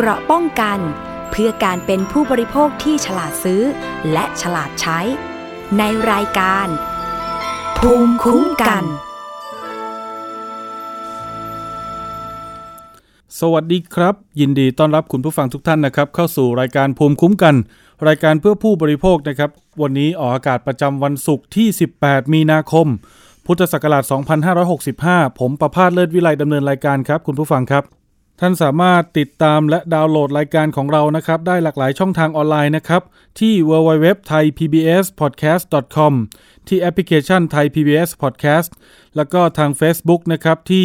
เกราะป้องกันเพื่อการเป็นผู้บริโภคที่ฉลาดซื้อและฉลาดใช้ในรายการภูมิคุ้มกันสวัสดีครับยินดีต้อนรับคุณผู้ฟังทุกท่านนะครับเข้าสู่รายการภูมิคุ้มกันรายการเพื่อผู้บริโภคนะครับวันนี้ออกอากาศประจำวันศุกร์ที่18มีนาคมพุทธศักราช2565ผมประภาสเลิศวิไลดำเนินรายการครับคุณผู้ฟังครับท่านสามารถติดตามและดาวน์โหลดรายการของเรานะครับได้หลากหลายช่องทางออนไลน์นะครับที่ www.thaipbspodcast.com ที่แอปพลิเคชัน Thai PBS Podcast แล้วก็ทาง Facebook นะครับที่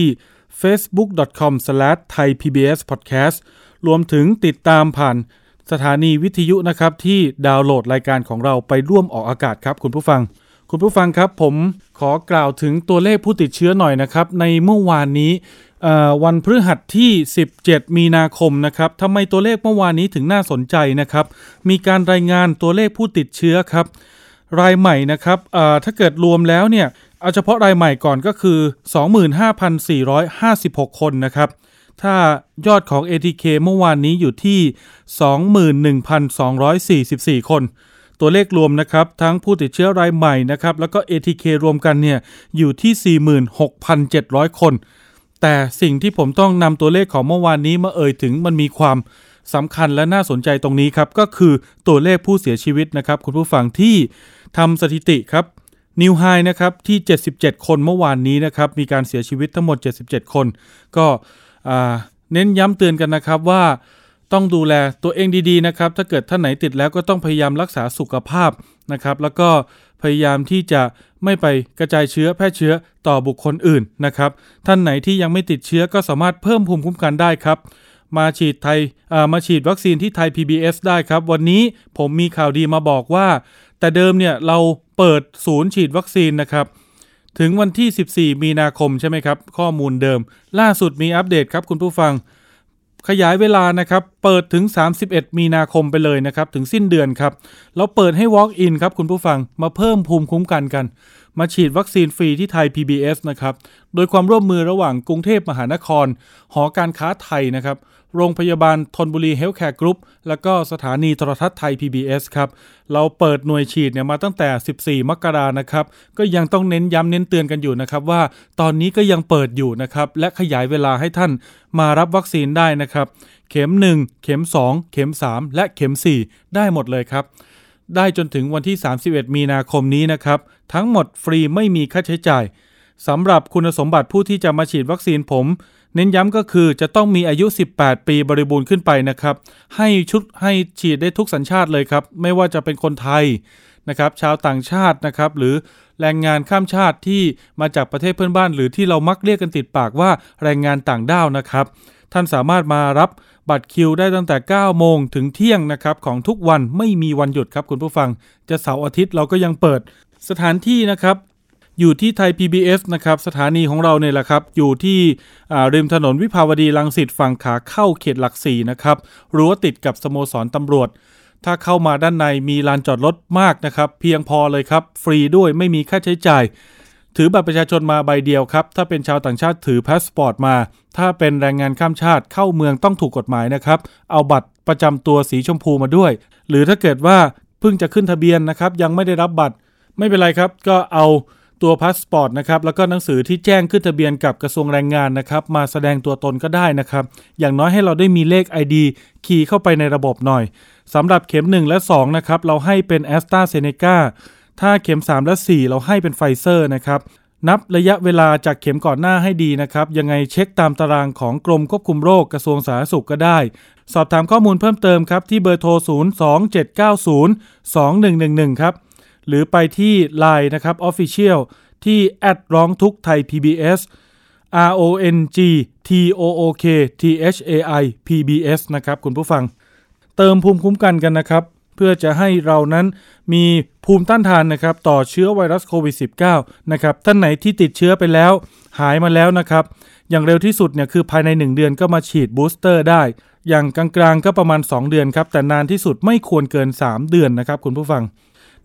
facebook.com/thaipbspodcast รวมถึงติดตามผ่านสถานีวิทยุนะครับที่ดาวน์โหลดรายการของเราไปร่วมออกอากาศครับคุณผู้ฟังครับผมขอกล่าวถึงตัวเลขผู้ติดเชื้อหน่อยนะครับในเมื่อวานนี้วันพฤหัสที่17มีนาคมนะครับทำไมตัวเลขเมื่อวานนี้ถึงน่าสนใจนะครับมีการรายงานตัวเลขผู้ติดเชื้อครับรายใหม่นะครับถ้าเกิดรวมแล้วเนี่ยเอาเฉพาะรายใหม่ก่อนก็คือ 25,456 คนนะครับถ้ายอดของ ATK เมื่อวานนี้อยู่ที่ 21,244 คนตัวเลขรวมนะครับทั้งผู้ติดเชื้อรายใหม่นะครับแล้วก็ ATK รวมกันเนี่ยอยู่ที่ 46,700 คนแต่สิ่งที่ผมต้องนำตัวเลขของเมื่อวานนี้มาเอ่ยถึงมันมีความสำคัญและน่าสนใจตรงนี้ครับก็คือตัวเลขผู้เสียชีวิตนะครับคุณผู้ฟังที่ทำสถิติครับนิวไฮนะครับที่77คนเมื่อวานนี้นะครับมีการเสียชีวิตทั้งหมด77คนก็เน้นย้ำเตือนกันนะครับว่าต้องดูแลตัวเองดีๆนะครับถ้าเกิดท่านไหนติดแล้วก็ต้องพยายามรักษาสุขภาพนะครับแล้วก็พยายามที่จะไม่ไปกระจายเชื้อแพร่เชื้อต่อบุคคลอื่นนะครับท่านไหนที่ยังไม่ติดเชื้อก็สามารถเพิ่มภูมิคุ้มกันได้ครับมาฉีดวัคซีนที่ไทย PBS ได้ครับวันนี้ผมมีข่าวดีมาบอกว่าแต่เดิมเนี่ยเราเปิดศูนย์ฉีดวัคซีนนะครับถึงวันที่14มีนาคมใช่ไหมครับข้อมูลเดิมล่าสุดมีอัปเดตครับคุณผู้ฟังขยายเวลานะครับเปิดถึง31มีนาคมไปเลยนะครับถึงสิ้นเดือนครับแล้วเปิดให้ walk in ครับคุณผู้ฟังมาเพิ่มภูมิคุ้มกันกันมาฉีดวัคซีนฟรีที่ไทย PBS นะครับโดยความร่วมมือระหว่างกรุงเทพมหานครหอการค้าไทยนะครับโรงพยาบาลธนบุรีเฮลท์แคร์กรุ๊ปแล้วก็สถานีโทรทัศน์ไทย PBS ครับเราเปิดหน่วยฉีดเนี่ยมาตั้งแต่14มกราคมนะครับก็ยังต้องเน้นย้ำเน้นเตือนกันอยู่นะครับว่าตอนนี้ก็ยังเปิดอยู่นะครับและขยายเวลาให้ท่านมารับวัคซีนได้นะครับเข็ม1เข็ม2เข็ม3และเข็ม4ได้หมดเลยครับได้จนถึงวันที่31มีนาคมนี้นะครับทั้งหมดฟรีไม่มีค่าใช้จ่ายสำหรับคุณสมบัติผู้ที่จะมาฉีดวัคซีนผมเน้นย้ำก็คือจะต้องมีอายุ18ปีบริบูรณ์ขึ้นไปนะครับให้ฉีดได้ทุกสัญชาติเลยครับไม่ว่าจะเป็นคนไทยนะครับชาวต่างชาตินะครับหรือแรงงานข้ามชาติที่มาจากประเทศเพื่อนบ้านหรือที่เรามักเรียกกันติดปากว่าแรงงานต่างด้าวนะครับท่านสามารถมารับบัตรคิวได้ตั้งแต่ 9 โมงถึงเที่ยงนะครับของทุกวันไม่มีวันหยุดครับคุณผู้ฟังจะเสาร์อาทิตย์เราก็ยังเปิดสถานที่นะครับอยู่ที่ไทย PBS นะครับสถานีของเราเนี่ยแหละครับอยู่ที่ริมถนนวิภาวดีรังสิตฝั่งขาเข้าเขตหลัก4นะครับรั้วติดกับสโมสรตำรวจถ้าเข้ามาด้านในมีลานจอดรถมากนะครับเพียงพอเลยครับฟรีด้วยไม่มีค่าใช้จ่ายถือบัตรประชาชนมาใบเดียวครับถ้าเป็นชาวต่างชาติถือพาสปอร์ตมาถ้าเป็นแรงงานข้ามชาติเข้าเมืองต้องถูกกฎหมายนะครับเอาบัตรประจำตัวสีชมพูมาด้วยหรือถ้าเกิดว่าเพิ่งจะขึ้นทะเบียนนะครับยังไม่ได้รับบัตรไม่เป็นไรครับก็เอาตัวพาสปอร์ตนะครับแล้วก็หนังสือที่แจ้งขึ้นทะเบียนกับกระทรวงแรงงานนะครับมาแสดงตัวตนก็ได้นะครับอย่างน้อยให้เราได้มีเลข ID คีย์เข้าไปในระบบหน่อยสำหรับเข็ม1และ2นะครับเราให้เป็น AstraZeneca ถ้าเข็ม3และ4เราให้เป็น Pfizer นะครับนับระยะเวลาจากเข็มก่อนหน้าให้ดีนะครับยังไงเช็คตามตารางของกรมควบคุมโรคกระทรวงสาธารณสุขก็ได้สอบถามข้อมูลเพิ่มเติมครับที่เบอร์โทร 027902111 ครับหรือไปที่ LINE นะครับ Official ที่ร้องทุกข์ไทย PBS RONGTOOKTHAI PBS นะครับคุณผู้ฟังเติมภูมิคุ้มกันกันนะครับเพื่อจะให้เรานั้นมีภูมิต้านทานนะครับต่อเชื้อไวรัสโควิด -19 นะครับท่านไหนที่ติดเชื้อไปแล้วหายมาแล้วนะครับอย่างเร็วที่สุดเนี่ยคือภายใน1เดือนก็มาฉีดบูสเตอร์ได้อย่างกลางๆก็ประมาณ2เดือนครับแต่นานที่สุดไม่ควรเกิน3เดือนนะครับคุณผู้ฟัง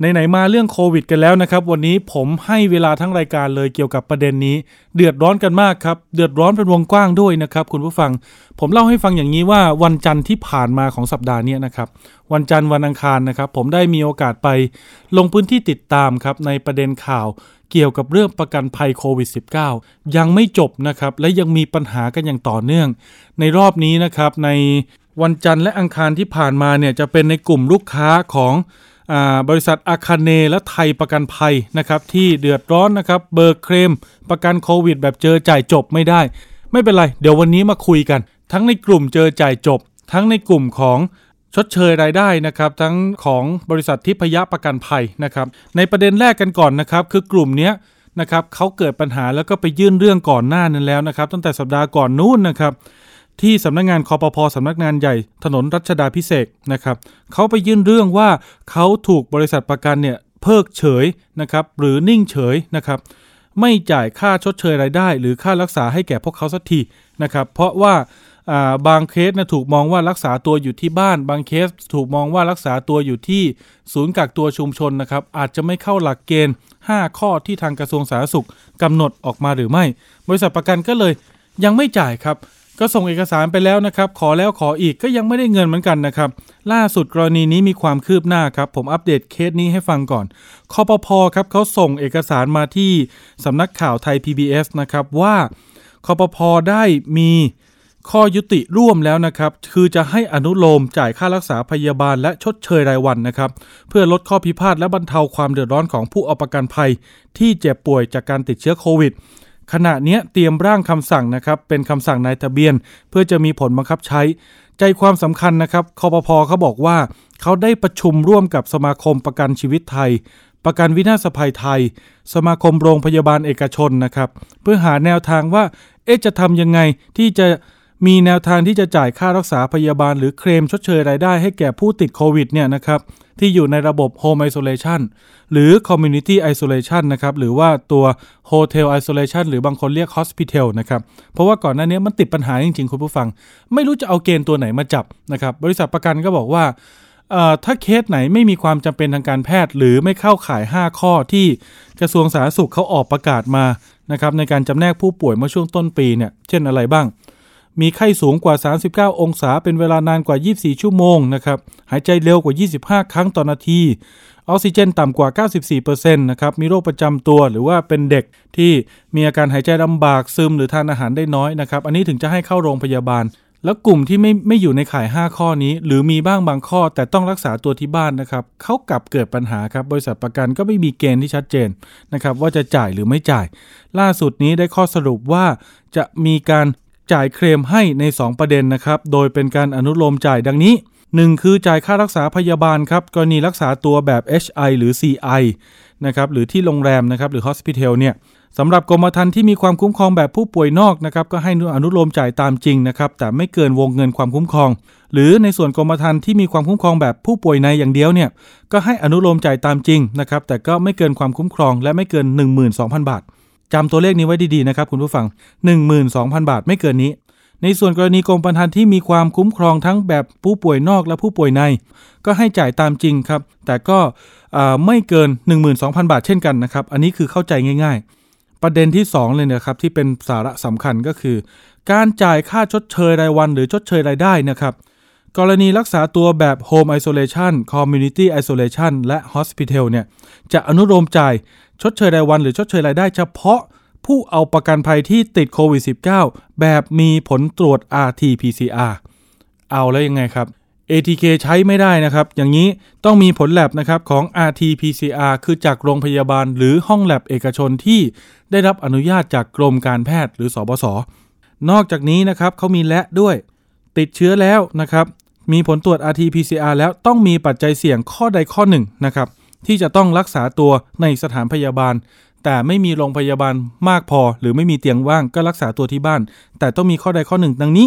ไหนๆมาเรื่องโควิดกันแล้วนะครับวันนี้ผมให้เวลาทั้งรายการเลยเกี่ยวกับประเด็นนี้เดือดร้อนกันมากครับเดือดร้อนเป็นวงกว้างด้วยนะครับคุณผู้ฟังผมเล่าให้ฟังอย่างนี้ว่าวันจันทร์ที่ผ่านมาของสัปดาห์นี้นะครับวันจันทร์วันอังคารนะครับผมได้มีโอกาสไปลงพื้นที่ติดตามครับในประเด็นข่าวเกี่ยวกับเรื่องประกันภัยโควิด -19 ยังไม่จบนะครับและยังมีปัญหากันอย่างต่อเนื่องในรอบนี้นะครับในวันจันทร์และอังคารที่ผ่านมาเนี่ยจะเป็นในกลุ่มลูกค้าของบริษัทอาคาเนและไทยประกันภัยนะครับที่เดือดร้อนนะครับเบิกเคลมประกันโควิดแบบเจอจ่ายจบไม่ได้ไม่เป็นไรเดี๋ยววันนี้มาคุยกันทั้งในกลุ่มเจอจ่ายจบทั้งในกลุ่มของชดเชยรายได้นะครับทั้งของบริษัททิพยประกันภัยนะครับในประเด็นแรกกันก่อนนะครับคือกลุ่มนี้นะครับเขาเกิดปัญหาแล้วก็ไปยื่นเรื่องก่อนหน้านั้นแล้วนะครับตั้งแต่สัปดาห์ก่อนนู้นนะครับที่สำนักงานคปภ.สำนักงานใหญ่ถนนรัชดาภิเษกนะครับเขาไปยื่นเรื่องว่าเขาถูกบริษัทประกันเนี่ยเพิกเฉยนะครับหรือนิ่งเฉยนะครับไม่จ่ายค่าชดเชยรายได้หรือค่ารักษาให้แก่พวกเขาสักทีนะครับเพราะว่าบางเคสนะถูกมองว่ารักษาตัวอยู่ที่บ้านบางเคสถูกมองว่ารักษาตัวอยู่ที่ศูนย์กักตัวชุมชนนะครับอาจจะไม่เข้าหลักเกณฑ์5ข้อที่ทางกระทรวงสาธารณสุขกำหนดออกมาหรือไม่บริษัทประกันก็เลยยังไม่จ่ายครับก็ส่งเอกสารไปแล้วนะครับขอแล้วขออีกก็ยังไม่ได้เงินเหมือนกันนะครับล่าสุดกรณีนี้มีความคืบหน้าครับผมอัปเดตเคสนี้ให้ฟังก่อนคปภ.ครับเขาส่งเอกสารมาที่สำนักข่าวไทย PBS นะครับว่าคปภ.ได้มีข้อยุติร่วมแล้วนะครับคือจะให้อนุโลมจ่ายค่ารักษาพยาบาลและชดเชยรายวันนะครับเพื่อลดข้อพิพาทและบรรเทาความเดือดร้อนของผู้เอาประกันภัยที่เจ็บป่วยจากการติดเชื้อโควิดขณะนี้เตรียมร่างคำสั่งนะครับเป็นคำสั่งนายทะเบียนเพื่อจะมีผลบังคับใช้ใจความสำคัญนะครับคปภ.เขาบอกว่าเขาได้ประชุมร่วมกับสมาคมประกันชีวิตไทยประกันวินาศภัยไทยสมาคมโรงพยาบาลเอกชนนะครับเพื่อหาแนวทางว่าจะทำยังไงที่จะมีแนวทางที่จะจ่ายค่ารักษาพยาบาลหรือเคลมชดเชยรายได้ให้แก่ผู้ติดโควิดเนี่ยนะครับที่อยู่ในระบบ Home Isolation หรือ Community Isolation นะครับหรือว่าตัว Hotel Isolation หรือบางคนเรียก Hospital นะครับเพราะว่าก่อนหน้านี้มันติดปัญหาจริงๆคุณผู้ฟังไม่รู้จะเอาเกณฑ์ตัวไหนมาจับนะครับบริษัทประกันก็บอกว่าถ้าเคสไหนไม่มีความจำเป็นทางการแพทย์หรือไม่เข้าข่าย5ข้อที่กระทรวงสาธารณสุขเขาออกประกาศมานะครับในการจำแนกผู้ป่วยเมื่อช่วงต้นปีเนี่ยเช่นอะไรบ้างมีไข้สูงกว่า39องศาเป็นเวลานานกว่า24ชั่วโมงนะครับหายใจเร็วกว่า25ครั้งต่อนาทีออกซิเจนต่ำกว่า 94% นะครับมีโรคประจำตัวหรือว่าเป็นเด็กที่มีอาการหายใจลำบากซึมหรือทานอาหารได้น้อยนะครับอันนี้ถึงจะให้เข้าโรงพยาบาลแล้วกลุ่มที่ไม่อยู่ในข่าย5ข้อนี้หรือมีบ้างบางข้อแต่ต้องรักษาตัวที่บ้านนะครับเขากลับเกิดปัญหาครับบริษัทประกันก็ไม่มีเกณฑ์ที่ชัดเจนนะครับว่าจะจ่ายหรือไม่จ่ายล่าสุดนี้ได้ข้อสรุปว่าจะมีการจ่ายเคลมให้ใน2ประเด็นนะครับโดยเป็นการอนุโลมจ่ายดังนี้1คือจ่ายค่ารักษาพยาบาลครับกรณีรักษาตัวแบบ HI หรือ CI นะครับหรือที่โรงแรมนะครับหรือ Hospital เนี่ยสำหรับกรมธรรม์ที่มีความคุ้มครองแบบผู้ป่วยนอกนะครับก็ให้อนุโลมจ่ายตามจริงนะครับแต่ไม่เกินวงเงินความคุ้มครองหรือในส่วนกรมธรรม์ที่มีความคุ้มครองแบบผู้ป่วยในอย่างเดียวเนี่ยก็ให้อนุโลมจ่ายตามจริงนะครับแต่ก็ไม่เกินความคุ้มครองและไม่เกิน 12,000 บาทจำตัวเลขนี้ไว้ดีๆนะครับคุณผู้ฟัง 12,000 บาทไม่เกินนี้ในส่วนกรณีกรมธรรม์ที่มีความคุ้มครองทั้งแบบผู้ป่วยนอกและผู้ป่วยในก็ให้จ่ายตามจริงครับแต่ก็ไม่เกิน 12,000 บาทเช่นกันนะครับอันนี้คือเข้าใจง่ายๆประเด็นที่2เลยนะครับที่เป็นสาระสำคัญก็คือการจ่ายค่าชดเชยรายวันหรือชดเชยรายได้นะครับกรณีรักษาตัวแบบ Home Isolation Community Isolation และ Hospital เนี่ยจะอนุโลมจ่ายชดเชยรายวันหรือชดเชยรายได้เฉพาะผู้เอาประกันภัยที่ติดโควิด -19 แบบมีผลตรวจ RT-PCR เอาแล้วยังไงครับ ATK ใช้ไม่ได้นะครับอย่างนี้ต้องมีผลแลบนะครับของ RT-PCR คือจากโรงพยาบาลหรือห้องแลบเอกชนที่ได้รับอนุญาตจากกรมการแพทย์หรือสบส.นอกจากนี้นะครับเขามีและด้วยติดเชื้อแล้วนะครับมีผลตรวจ RT-PCR แล้วต้องมีปัจจัยเสี่ยงข้อใดข้อหนึ่งนะครับที่จะต้องรักษาตัวในสถานพยาบาลแต่ไม่มีโรงพยาบาลมากพอหรือไม่มีเตียงว่างก็รักษาตัวที่บ้านแต่ต้องมีข้อใดข้อหนึ่งดังนี้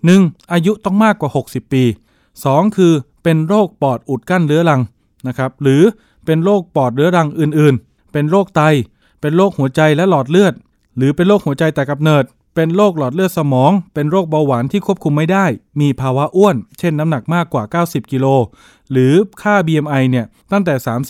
1. อายุต้องมากกว่า60ปี2คือเป็นโรคปอดอุดกั้นเรื้อรังนะครับหรือเป็นโรคปอดเรื้อรังอื่นๆเป็นโรคไตเป็นโรคหัวใจและหลอดเลือดหรือเป็นโรคหัวใจแต่กำเนิดเป็นโรคหลอดเลือดสมองเป็นโรคเบาหวานที่ควบคุมไม่ได้มีภาวะอ้วนเช่นน้ำหนักมากกว่า90กิโลหรือค่า BMI เนี่ยตั้งแต่30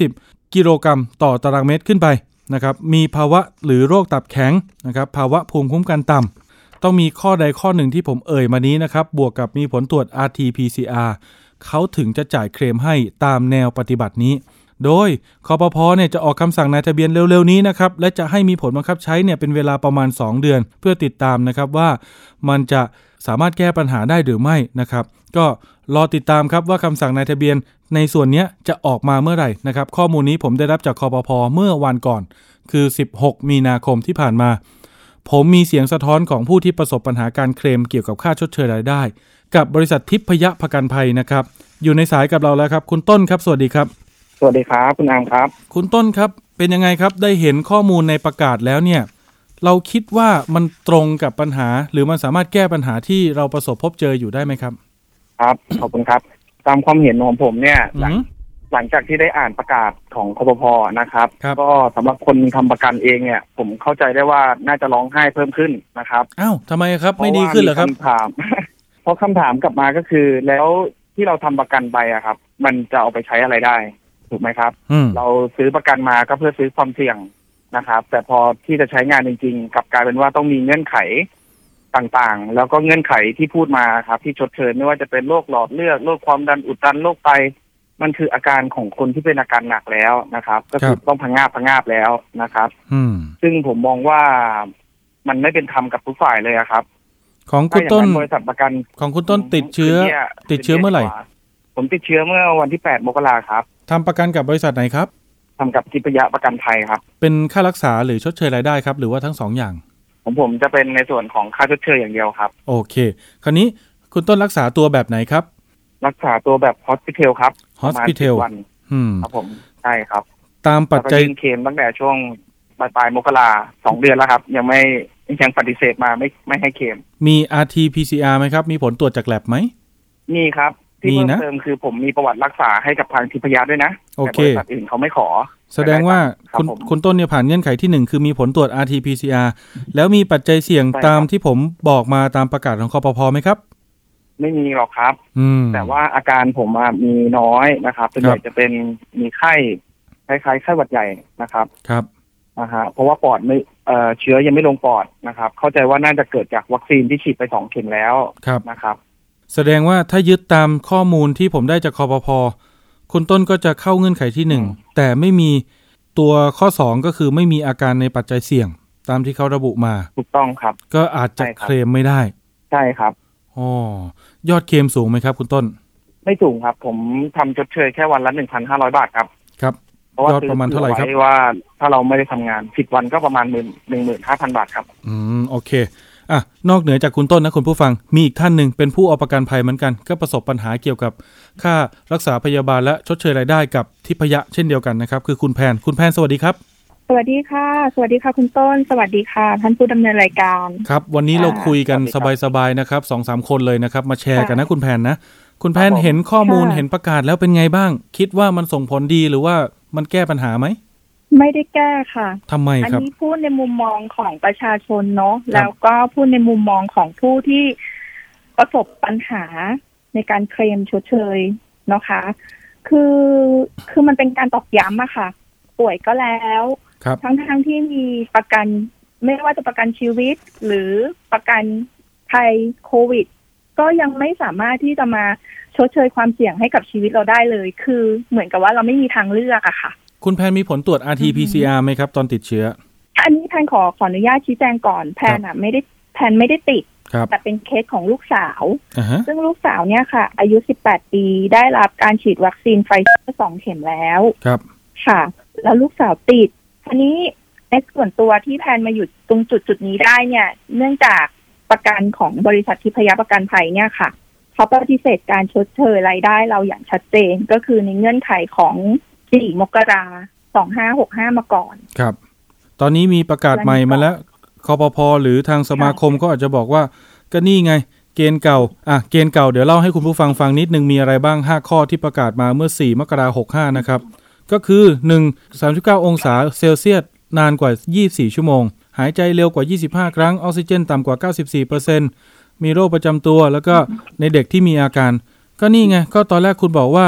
กิโลกรัมต่อตารางเมตรขึ้นไปนะครับมีภาวะหรือโรคตับแข็งนะครับภาวะภูมิคุ้มกันต่ำต้องมีข้อใดข้อหนึ่งที่ผมเอ่ยมานี้นะครับบวกกับมีผลตรวจ RT-PCR เขาถึงจะจ่ายเคลมให้ตามแนวปฏิบัตินี้โดยคปภ.เนี่ยจะออกคำสั่งนายทะเบียนเร็วๆนี้นะครับและจะให้มีผลบังคับใช้เนี่ยเป็นเวลาประมาณ2เดือนเพื่อติดตามนะครับว่ามันจะสามารถแก้ปัญหาได้หรือไม่นะครับก็รอติดตามครับว่าคำสั่งนายทะเบียนในส่วนนี้จะออกมาเมื่อไหร่นะครับข้อมูลนี้ผมได้รับจากคปภ.เมื่อวันก่อนคือ16มีนาคมที่ผ่านมาผมมีเสียงสะท้อนของผู้ที่ประสบปัญหาการเคลมเกี่ยวกับค่าชดเชยรายได้กับบริษัททิพยประกันภัยนะครับอยู่ในสายกับเราแล้วครับคุณต้นครับสวัสดีครับสวัสดีครับคุณอามครับคุณต้นครับเป็นยังไงครับได้เห็นข้อมูลในประกาศแล้วเนี่ยเราคิดว่ามันตรงกับปัญหาหรือมันสามารถแก้ปัญหาที่เราประสบพบเจออยู่ได้ไหมครับครับขอบคุณครับตามความเห็นของผมเนี่ยหลังจากที่ได้อ่านประกาศของคปภ.นะครับก็สำหรับคนทำประกันเองเนี่ยผมเข้าใจได้ว่าน่าจะร้องไห้เพิ่มขึ้นนะครับอ้าวทำไมครับไม่ดีขึ้นเหรอครับเพราะคำถามกลับมาก็คือแล้วที่เราทำประกันไปอะครับมันจะเอาไปใช้อะไรได้ถูกไหมครับเราซื้อประกันมาก็เพื่อซื้อความเสี่ยงนะครับแต่พอที่จะใช้งานจริงๆกลับกลายเป็นว่าต้องมีเงื่อนไขต่างๆแล้วก็เงื่อนไขที่พูดมาครับที่ชดเชยไม่ว่าจะเป็นโรคหลอดเลือดโรคความดันอุดตันโรคไตมันคืออาการของคนที่เป็นอาการหนักแล้วนะครับก็คือต้องพะงาบแล้วนะครับซึ่งผมมองว่ามันไม่เป็นธรรมกับทุกฝ่ายเลยครับของคุณต้นบริษัทประกันของคุณต้นติดเชื้อเมื่อไหร่ผมติดเชื้อเมื่อวันที่8 มกราคมครับทำประกันกับบริษัทไหนครับทำกับทิพยประกันภัยครับเป็นค่ารักษาหรือชดเชยรายได้ครับหรือว่าทั้ง2อย่างผมจะเป็นในส่วนของค่าชดเชยอย่างเดียวครับโอเคคราวนี้คุณต้นรักษาตัวแบบไหนครับรักษาตัวแบบฮอสพิทอลครับฮอสพิทอลครับผมใช่ครับตามปัจจัยเคลมตั้งแต่ช่วงปลายมกรา2 เดือนแล้วครับยังปฏิเสธมาไม่ให้เคลมมี RT-PCR ไหมครับมีผลตรวจจากแลบไหมมีครับที่เพิ่มเติมคือผมมีประวัติรักษาให้กับทางทิพยด้วยนะแต่บริษัทอื่นเขาไม่ขอแสดงว่าคุณต้นเนี่ยผ่านเงื่อนไขที่1คือมีผลตรวจ RT-PCR แล้วมีปัจจัยเสี่ยงตามที่ผมบอกมาตามประกาศของคปภ.ไหมครับไม่มีหรอกครับแต่ว่าอาการผมมีน้อยนะครับส่วนใหญ่จะเป็นมีไข้คล้ายๆไข้หวัดใหญ่นะครับครับเพราะว่าปอดไม่เชื้อยังไม่ลงปอดนะครับเข้าใจว่าน่าจะเกิดจากวัคซีนที่ฉีดไป2 เข็มแล้วนะครับแสดงว่าถ้ายึดตามข้อมูลที่ผมได้จากคปภ.คุณต้นก็จะเข้าเงื่อนไขที่1แต่ไม่มีตัวข้อ2ก็คือไม่มีอาการในปัจจัยเสี่ยงตามที่เขาระบุมาถูกต้องครับก็อาจจะเคลมไม่ได้ใช่ครับยอดเคลมสูงไหมครับคุณต้นไม่สูงครับผมทำชดเชยแค่วันละ 1,500 บาทครับครับยอดประมาณเท่าไหร่ครับว่าถ้าเราไม่ได้ทำงาน10 วันก็ประมาณ 15,000 บาทครับโอเคนอกเหนือจากคุณต้นนะคุณผู้ฟังมีอีกท่านหนึ่งเป็นผู้เอาประกันภัยเหมือนกันก็ประสบปัญหาเกี่ยวกับค่ารักษาพยาบาลและชดเชยรายได้กับทิพยเช่นเดียวกันนะครับคือคุณแพนสวัสดีครับสวัสดีค่ะสวัสดีค่ะคุณต้นสวัสดีค่ะท่านผู้ดำเนินรายการครับวันนี้เราคุยกันสบายๆนะครับ 2-3 คนเลยนะครับมาแชร์กันนะคุณแพนนะคุณแพนเห็นข้อมูลเห็นประกาศแล้วเป็นไงบ้างคิดว่ามันส่งผลดีหรือว่ามันแก้ปัญหาไหมไม่ได้แก้ค่ะทำไมครับอันนี้พูดในมุมมองของประชาชนเนาะแล้วก็พูดในมุมมองของผู้ที่ประสบปัญหาในการเคลมชดเชยนะคะคือมันเป็นการตอกย้ำอะค่ะป่วยก็แล้วทั้งที่มีประกันไม่ว่าจะประกันชีวิตหรือประกันภัยโควิดก็ยังไม่สามารถที่จะมาชดเชยความเสี่ยงให้กับชีวิตเราได้เลยคือเหมือนกับว่าเราไม่มีทางเลือกอะค่ะคุณแพนมีผลตรวจ RT-PCR ไหมครับตอนติดเชื้ออันนี้แพนขออนุญาตชี้แจงก่อนแพนไม่ได้ติดแต่เป็นเคสของลูกสาวซึ่งลูกสาวเนี่ยค่ะอายุ18 ปีได้รับการฉีดวัคซีนไฟเซอร์2 เข็มแล้วครับค่ะแล้วลูกสาวติดอันนี้ในส่วนตัวที่แพนมาอยู่ตรงจุดนี้ได้เนี่ยเนื่องจากประกันของบริษัททิพยประกันภัยเนี่ยค่ะเขาปฏิเสธการชดเชยรายได้เราอย่างชัดเจนก็คือในเงื่อนไขของ4 มกราคม 2565มาก่อนครับตอนนี้มีประกาศใหม่มาแล้วคปภ.หรือทางสมาคมก็อาจจะบอกว่าก็นี่ไงเกณฑ์เก่าเกณฑ์เก่าเดี๋ยวเล่าให้คุณผู้ฟังฟังนิดนึงมีอะไรบ้าง5ข้อที่ประกาศมาเมื่อ4 มกราคม 65นะครับก็คือ1 39 องศาเซลเซียสนานกว่า24 ชั่วโมงหายใจเร็วกว่า25 ครั้งออกซิเจนต่ำกว่า 94% มีโรคประจำตัวแล้วก็ในเด็กที่มีอาการก็นี่ไงก็ตอนแรกคุณบอกว่า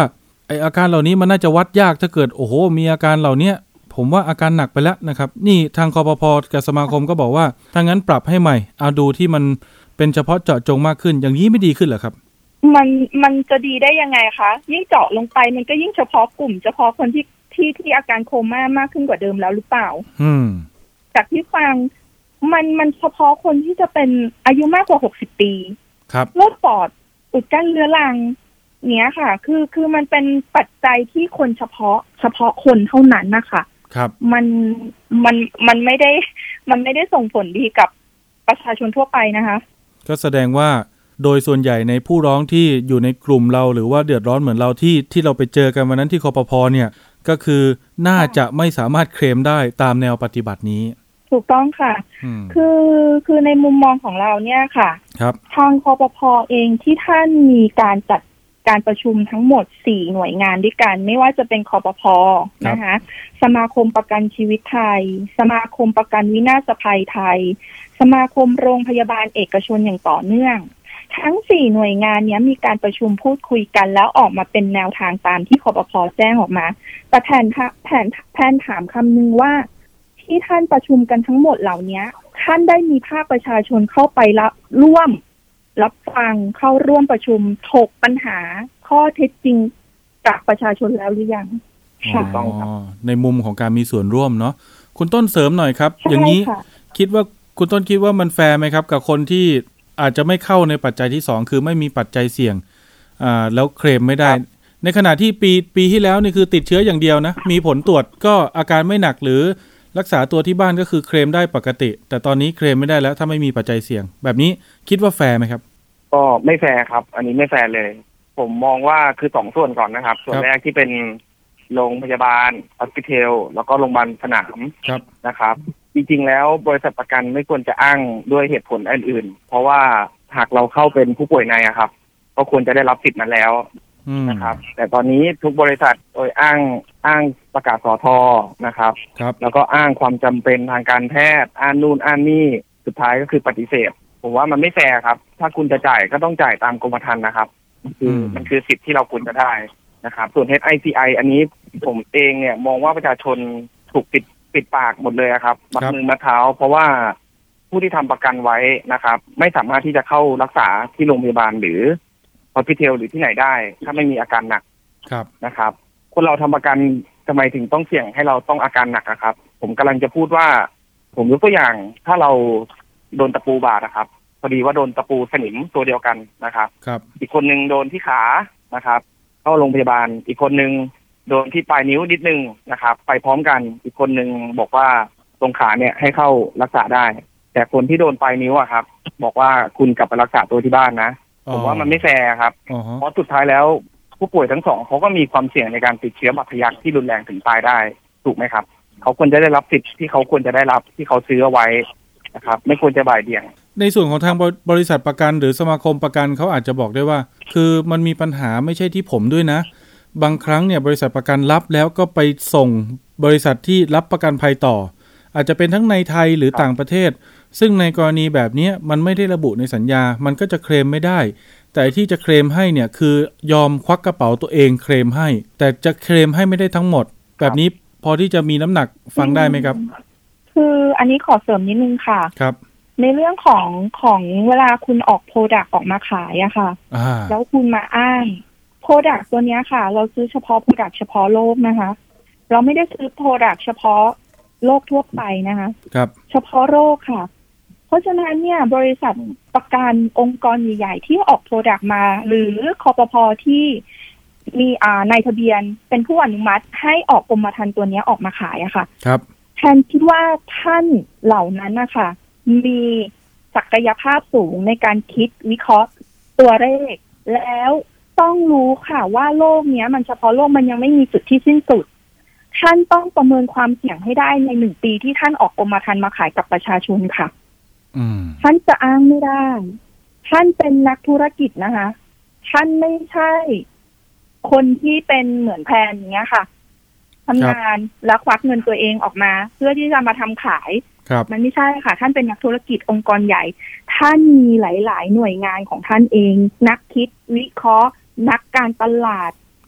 อาการเหล่านี้มันน่าจะวัดยากถ้าเกิดโอ้โหมีอาการเหล่านี้ผมว่าอาการหนักไปแล้วนะครับนี่ทางคปภ.กับสมาคมก็บอกว่าถ้างั้นปรับให้ใหม่เอาดูที่มันเป็นเฉพาะเจาะจงมากขึ้นอย่างนี้ไม่ดีขึ้นเหรอครับมันจะดีได้ยังไงคะยิ่งเจาะลงไปมันก็ยิ่งเฉพาะกลุ่มเฉพาะคนที่อาการโคม่ามากขึ้นกว่าเดิมแล้วหรือเปล่าจากที่ฟังมันเฉพาะคนที่จะเป็นอายุมากกว่า60 ปีครับโรคปอดอุดกั้นเรื้อรังเนี้ยค่ะคือมันเป็นปัจจัยที่คนเฉพาะคนเท่านั้นนะคะครับมันไม่ได้ส่งผลดีกับประชาชนทั่วไปนะคะก็แสดงว่าโดยส่วนใหญ่ในผู้ร้องที่อยู่ในกลุ่มเราหรือว่าเดือดร้อนเหมือนเราที่เราไปเจอกันวันนั้นที่คปภ.เนี่ยก็คือน่าจะไม่สามารถเคลมได้ตามแนวปฏิบัตินี้ถูกต้องค่ะคือในมุมมองของเราเนี่ยค่ะครับทางคปภ.เองที่ท่านมีการจัดการประชุมทั้งหมด4หน่วยงานด้วยกันไม่ว่าจะเป็นคปภ.นะคะสมาคมประกันชีวิตไทยสมาคมประกันวินาศภัยไทยสมาคมโรงพยาบาลเอกชนอย่างต่อเนื่องทั้ง4หน่วยงานนี้มีการประชุมพูดคุยกันแล้วออกมาเป็นแนวทางตามที่คปภ.แจ้งออกมาแต่แทนถามคำนึงว่าที่ท่านประชุมกันทั้งหมดเหล่านี้ท่านได้มีภาคประชาชนเข้าไปร่วมรับฟังเข้าร่วมประชุมถกปัญหาข้อเท็จจริงกับประชาชนแล้วหรือยังถูกต้องครับในมุมของการมีส่วนร่วมเนาะคุณต้นเสริมหน่อยครับอย่างนี้คิดว่าคุณต้นคิดว่ามันแฟร์ไหมครับกับคนที่อาจจะไม่เข้าในปัจจัยที่2คือไม่มีปัจจัยเสี่ยงแล้วเคลมไม่ได้ในขณะที่ปีที่แล้วนี่คือติดเชื้ออย่างเดียวนะมีผลตรวจก็อาการไม่หนักหรือรักษาตัวที่บ้านก็คือเคลมได้ปกติแต่ตอนนี้เคลมไม่ได้แล้วถ้าไม่มีปัจจัยเสี่ยงแบบนี้คิดว่าแฟร์ไหมครับก็ไม่แฟร์ครับอันนี้ไม่แฟร์เลยผมมองว่าคือ2ส่วนก่อนนะครับส่วนแรกที่เป็นโรงพยาบาลฮอสพิทอลแล้วก็โรงพยาบาลสนามนะครับจริงๆแล้วบริษัทประกันไม่ควรจะอ้างด้วยเหตุผลอื่นๆเพราะว่าหากเราเข้าเป็นผู้ป่วยในครับก็ควรจะได้รับสิทธิ์นั้นแล้วนะครับแต่ตอนนี้ทุกบริษัทโดยอ้างประกาศสท.นะครับแล้วก็อ้างความจำเป็นทางการแพทย์อ้างนู่นอ้างนี่สุดท้ายก็คือปฏิเสธผมว่ามันไม่แฟร์ครับถ้าคุณจะจ่ายก็ต้องจ่ายตามกรมธรรม์นะครับมันคือสิทธิ์ที่เราควรจะได้นะครับส่วน HICI อันนี้ผมเองเนี่ยมองว่าประชาชนถูกปิดปากหมดเลยครับมัดมือมัดเท้าเพราะว่าผู้ที่ทำประกันไว้นะครับไม่สามารถที่จะเข้ารักษาที่โรงพยาบาลหรือฮอสพิทอลหรือที่ไหนได้ถ้าไม่มีอาการหนักนะครับคนเราทำประกันทำไมถึงต้องเสี่ยงให้เราต้องอาการหนักนะครับผมกำลังจะพูดว่าผมยกตัวอย่างถ้าเราโดนตะปูบาดนะครับพอดีว่าโดนตะปูสนิมตัวเดียวกันนะครับอีกคนนึงโดนที่ขานะครับเข้าโรงพยาบาลอีกคนนึงโดนที่ปลายนิ้วนิดนึงนะครับไปพร้อมกันอีกคนนึงบอกว่าตรงขาเนี่ยให้เข้ารักษาได้แต่คนที่โดนปลายนิ้วครับบอกว่าคุณกลับไปรักษาตัวที่บ้านนะผมว่ามันไม่แฟร์ครับเพราะสุดท้ายแล้วผู้ป่วยทั้งสองเขาก็มีความเสี่ยงในการติดเชื้อบาดทะยักที่รุนแรงถึงตายได้ถูกไหมครับเขาควรจะได้รับสิทธิ์ที่เขาควรจะได้รับที่เขาซื้อเอาไว้นะครับไม่ควรจะบ่ายเบี่ยงในส่วนของทางบริษัทประกันหรือสมาคมประกันเขาอาจจะบอกได้ว่าคือมันมีปัญหาไม่ใช่ที่ผมด้วยนะบางครั้งเนี่ยบริษัทประกันรับแล้วก็ไปส่งบริษัทที่รับประกันภัยต่ออาจจะเป็นทั้งในไทยหรือต่างประเทศซึ่งในกรณีแบบนี้มันไม่ได้ระบุในสัญญามันก็จะเคลมไม่ได้แต่ที่จะเคลมให้เนี่ยคือยอมควักกระเป๋าตัวเองเคลมให้แต่จะเคลมให้ไม่ได้ทั้งหมดแบบนี้พอที่จะมีน้ำหนักฟังได้ไหมครับคืออันนี้ขอเสริมนิดนึงค่ะครับในเรื่องของเวลาคุณออกโปรดักต์ออกมาขายอะค่ะแล้วคุณมาอ้างโปรดักต์ตัวนี้ค่ะเราซื้อเฉพาะโปรดักต์เฉพาะโลกนะคะเราไม่ได้ซื้อโปรดักต์เฉพาะโลกทั่วไปนะคะครับเฉพาะโรคค่ะเพราะฉะนั้นเนี่ยบริษัทประกันองค์กรใหญ่ๆที่ออกโปรดักต์มาหรือคปภ.ที่มีนายทะเบียนเป็นผู้อนุมัติให้ออกกรมธรรม์ตัวนี้ออกมาขายอะค่ะครับแทนคิดว่าท่านเหล่านั้นนะคะมีศักยภาพสูงในการคิดวิเคราะห์ตัวเลขแล้วต้องรู้ค่ะว่าโลกนี้มันเฉพาะโลกมันยังไม่มีจุดที่สิ้นสุดท่านต้องประเมินความเสี่ยงให้ได้ใน1 ปีที่ท่านออกกรมธรรม์มาขายกับประชาชนค่ะท่านจะอ้างไม่ได้ท่านเป็นนักธุรกิจนะคะท่านไม่ใช่คนที่เป็นเหมือนแพนอย่างเงี้ยค่ะทำงานแล้วควักเงินตัวเองออกมาเพื่อที่จะมาทำขายมันไม่ใช่ค่ะท่านเป็นนักธุรกิจองค์กรใหญ่ท่านมีหลายๆหน่วยงานของท่านเองนักคิดวิเคราะห์นักการตลาด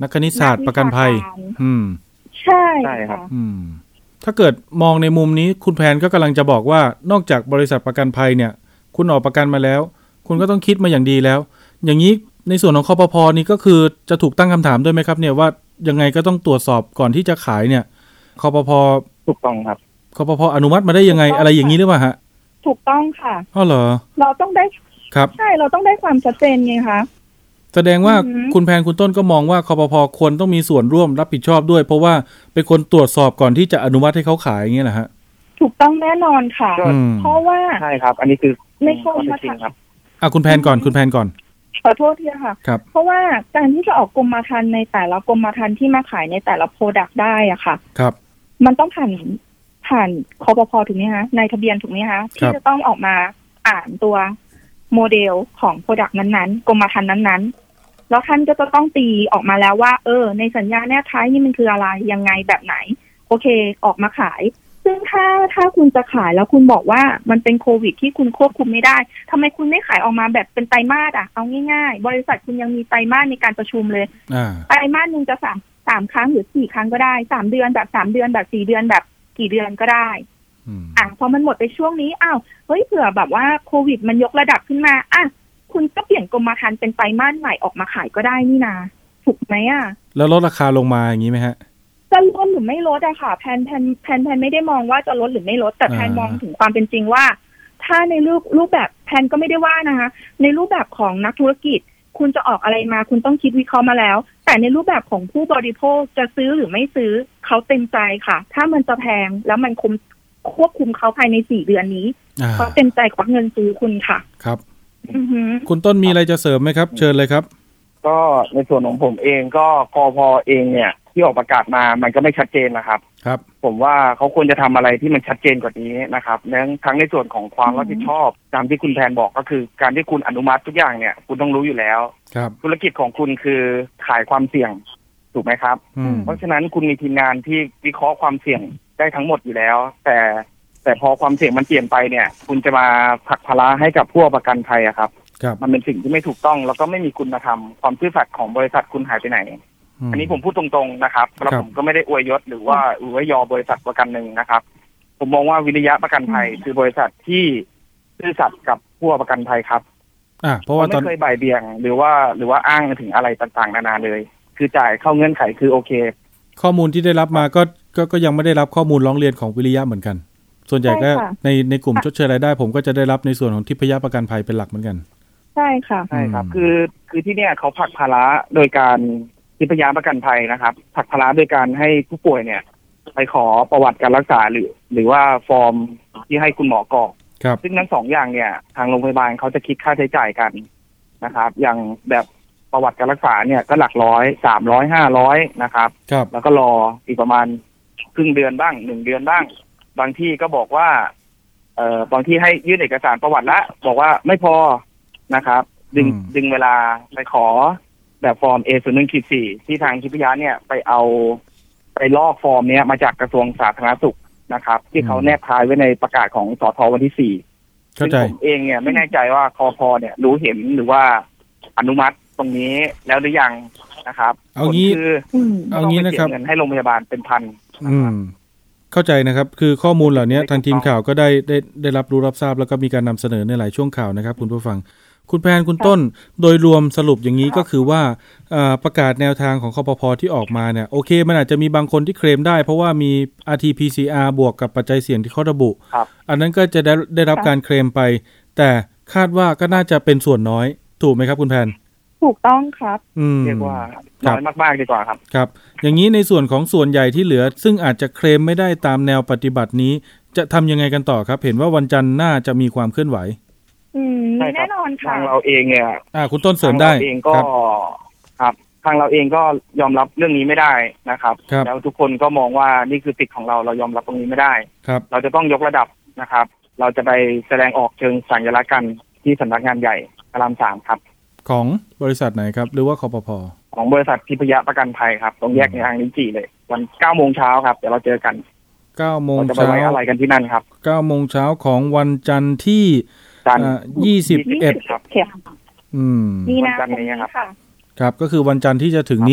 นักคณิตศาสตร์ประกันภัยใช่ครับถ้าเกิดมองในมุมนี้คุณแพนก็กำลังจะบอกว่านอกจากบริษัทประกันภัยเนี่ยคุณออกประกันมาแล้วคุณก็ต้องคิดมาอย่างดีแล้วอย่างนี้ในส่วนของคปภ.นี่ก็คือจะถูกตั้งคำถามด้วยไหมครับเนี่ยว่ายังไงก็ต้องตรวจสอบก่อนที่จะขายเนี่ยคปภ. ถูกต้องครับคปภ.อนุมัติมาได้ยังไงอะไรอย่างนี้หรือเปล่าฮะถูกต้องค่ะอ๋อเหรอเราต้องได้ครับใช่เราต้องได้ความชัดเจนไงคะแสดงว่าคุณแพนคุณต้นก็มองว่าคปภ.ควรต้องมีส่วนร่วมรับผิดชอบด้วยเพราะว่าเป็นคนตรวจสอบก่อนที่จะอนุมัติให้เขาขายอย่างเงี้ยนะฮะถูกต้องแน่นอนค่ะเพราะว่าใช่ครับอันนี้คือในกรมธรรม์ครับคุณแพนก่อนขอโทษทีค่ะเพราะว่าการที่จะออกกรมธรรม์ในแต่ละกรมธรรม์ที่มาขายในแต่ละโปรดักต์ได้อ่ะค่ะครับมันต้องผ่านคปภ.ถูกไหมคะในทะเบียนถูกไหมคะที่จะต้องออกมาอ่านตัวโมเดลของโปรดักต์นั้นๆกรมธรรม์นั้นๆแล้วท่านก็จะต้องตีออกมาแล้วว่าในสัญญาแนบท้ายนี่มันคืออะไรยังไงแบบไหนโอเคออกมาขายซึ่งถ้าคุณจะขายแล้วคุณบอกว่ามันเป็นโควิดที่คุณควบคุมไม่ได้ทำไมคุณไม่ขายออกมาแบบเป็นไตรมาสเอาง่ายๆบริษัทคุณยังมีไตรมาสในการประชุมเลยไตรมาสนึงจะสามครั้งหรือ4ครั้งก็ได้3เดือนแบบ3เดือนแบบ4เดือนแบบกี่เดือนก็ได้พอมันหมดไปช่วงนี้เฮ้ยเผื่อแบบว่าโควิดมันยกระดับขึ้นมาคุณก็เปลี่ยนกรมธรรม์เป็นไตรมาสใหม่ออกมาขายก็ได้นี่นาถูกไหมแล้วลดราคาลงมาอย่างนี้ไหมฮะจะลดหรือไม่ลดอะค่ะแพนไม่ได้มองว่าจะลดหรือไม่ลดแต่แพนมองถึงความเป็นจริงว่าถ้าในรูปแบบแพนก็ไม่ได้ว่านะคะในรูปแบบของนักธุรกิจคุณจะออกอะไรมาคุณต้องคิดวิเคราะห์มาแล้วแต่ในรูปแบบของผู้บริโภคจะซื้อหรือไม่ซื้อเขาเต็มใจค่ะถ้ามันจะแพงแล้วมันควบคุมเขาภายใน4เดือนนี้เขาเต็มใจควักเงินซื้อคุณค่ะครับคุณต้นมีอะไรจะเสริมไหมครับเชิญเลยครับก็ในส่วนของผมเองก็คปภ.เองเนี่ยที่ออกประกาศมามันก็ไม่ชัดเจนนะครับครับผมว่าเขาควรจะทำอะไรที่มันชัดเจนกว่านี้นะครับทั้งในส่วนของความรับผิดชอบตามที่คุณแพนบอกก็คือการที่คุณอนุมัติทุกอย่างเนี่ยคุณต้องรู้อยู่แล้วครับธุรกิจของคุณคือขายความเสี่ยงถูกไหมครับเพราะฉะนั้นคุณมีทีมงานที่วิเคราะห์ความเสี่ยงได้ทั้งหมดอยู่แล้วแต่พอความเสี่ยงมันเปลี่ยนไปเนี่ยคุณจะมาผลักภาระให้กับผู้ประกันภัยครับมันเป็นสิ่งที่ไม่ถูกต้องแล้วก็ไม่มีคุณธรรมความซื่อสัตย์ของบริษัทคุณหายไปไหนอันนี้ผมพูดตรงๆนะครับแล้วผมก็ไม่ได้อวยยศหรือว่ายอบริษัทประกันหนึ่งนะครับผมมองว่าวิริยะประกันภัยคือบริษัทที่ซื่อสัตย์กับผู้ประกันภัยครับเพราะว่าไม่เคยบ่ายเบี่ยงหรือว่าอ้างถึงอะไรต่างๆนานาเลยคือจ่ายเข้าเงื่อนไขคือโอเคข้อมูลที่ได้รับมาก็ยังไม่ได้รับข้อมูลร้องเรียนของวิริยะเหมือนกันส่วนใหญ่ก็ในกลุ่มชดเชยรายได้ผมก็จะได้รับในส่วนของทิพยประกันภัยเป็นหลักเหมือนกันใช่ค่ะใช่ครับคือที่เนี่ยเขาผลักภาระโดยการทิพยประกันภัยนะครับผลักภาระโดยการให้ผู้ป่วยเนี่ยไปขอประวัติการรักษาหรือว่าฟอร์มที่ให้คุณหมอกรอกซึ่งทั้ง2อย่างเนี่ยทางโรงพยาบาลเขาจะคิดค่าใช้จ่ายกันนะครับอย่างแบบประวัติการรักษาเนี่ยก็หลักร้อย300 500นะครับแล้วก็รออีกประมาณครึ่งเดือนบ้าง1เดือนบ้างบางที่ก็บอกว่าบางที่ให้ยื่นเอกสารประวัติละบอกว่าไม่พอนะครับดึงเวลาไปขอแบบฟอร์ม A01-4 ที่ทางทิพยเนี่ยไปลอกฟอร์มเนี้ยมาจากกระทรวงสาธารณสุขนะครับที่เขาแนบท้ายไว้ในประกาศของสท.วันที่4ซึ่งผมเองเนี่ยไม่แน่ใจว่าคปภ.เนี่ยรู้เห็นหรือว่าอนุมัติตรงนี้แล้วหรือยังนะครับเอางี้นะครับเงินให้โรงพยาบาลเป็นพันเข้าใจนะครับคือข้อมูลเหล่านี้ทางทีมข่าวก็ได้รับรู้รับทราบแล้วก็มีการนำเสนอในหลายช่วงข่าวนะครับคุณผู้ฟังคุณแพนคุณต้นโดยรวมสรุปอย่างนี้ก็คือว่าประกาศแนวทางของคปภ.ที่ออกมาเนี่ยโอเคมันอาจจะมีบางคนที่เคลมได้เพราะว่ามี RT-PCR บวกกับปัจจัยเสี่ยงที่เขาระบุอันนั้นก็จะได้รับการเคลมไปแต่คาดว่าก็น่าจะเป็นส่วนน้อยถูกไหมครับคุณแพนถูกต้องครับเรียกว่าน้อยมากๆดีกว่าครับครับอย่างนี้ในส่วนของส่วนใหญ่ที่เหลือซึ่งอาจจะเคลมไม่ได้ตามแนวปฏิบัตินี้จะทำยังไงกันต่อครับเห็นว่าวันจันทร์น่าจะมีความเคลื่อนไหวแน่นอนค่ะทางเราเองเนี่ยคุณต้นเสริมได้เองก็ครับทางเราเองก็ยอมรับเรื่องนี้ไม่ได้นะครับแล้วทุกคนก็มองว่านี่คือสิทธิ์ของเรายอมรับตรงนี้ไม่ได้เราจะต้องยกระดับนะครับเราจะไปแสดงออกเชิงสัญลักษณ์กันที่สำนักงานใหญ่พระราม3ครับของบริษัทไหนครับหรือว่าคปภ. ของบริษัททิพยประกันภัยครับตรงแยกในทางลิ้นจี่เลยวัน 9 โมงเช้าครับเดี๋ยวเราเจอกัน 9 โมงเช้าจะไปไว้อะไรกันที่นั่นครับ 9 โมงเช้าของวันจันทร์ที่21 ครับมีนาคมนี้ค่ะครับก็คือวันจันทร์ที่จะถึงนี้แหละ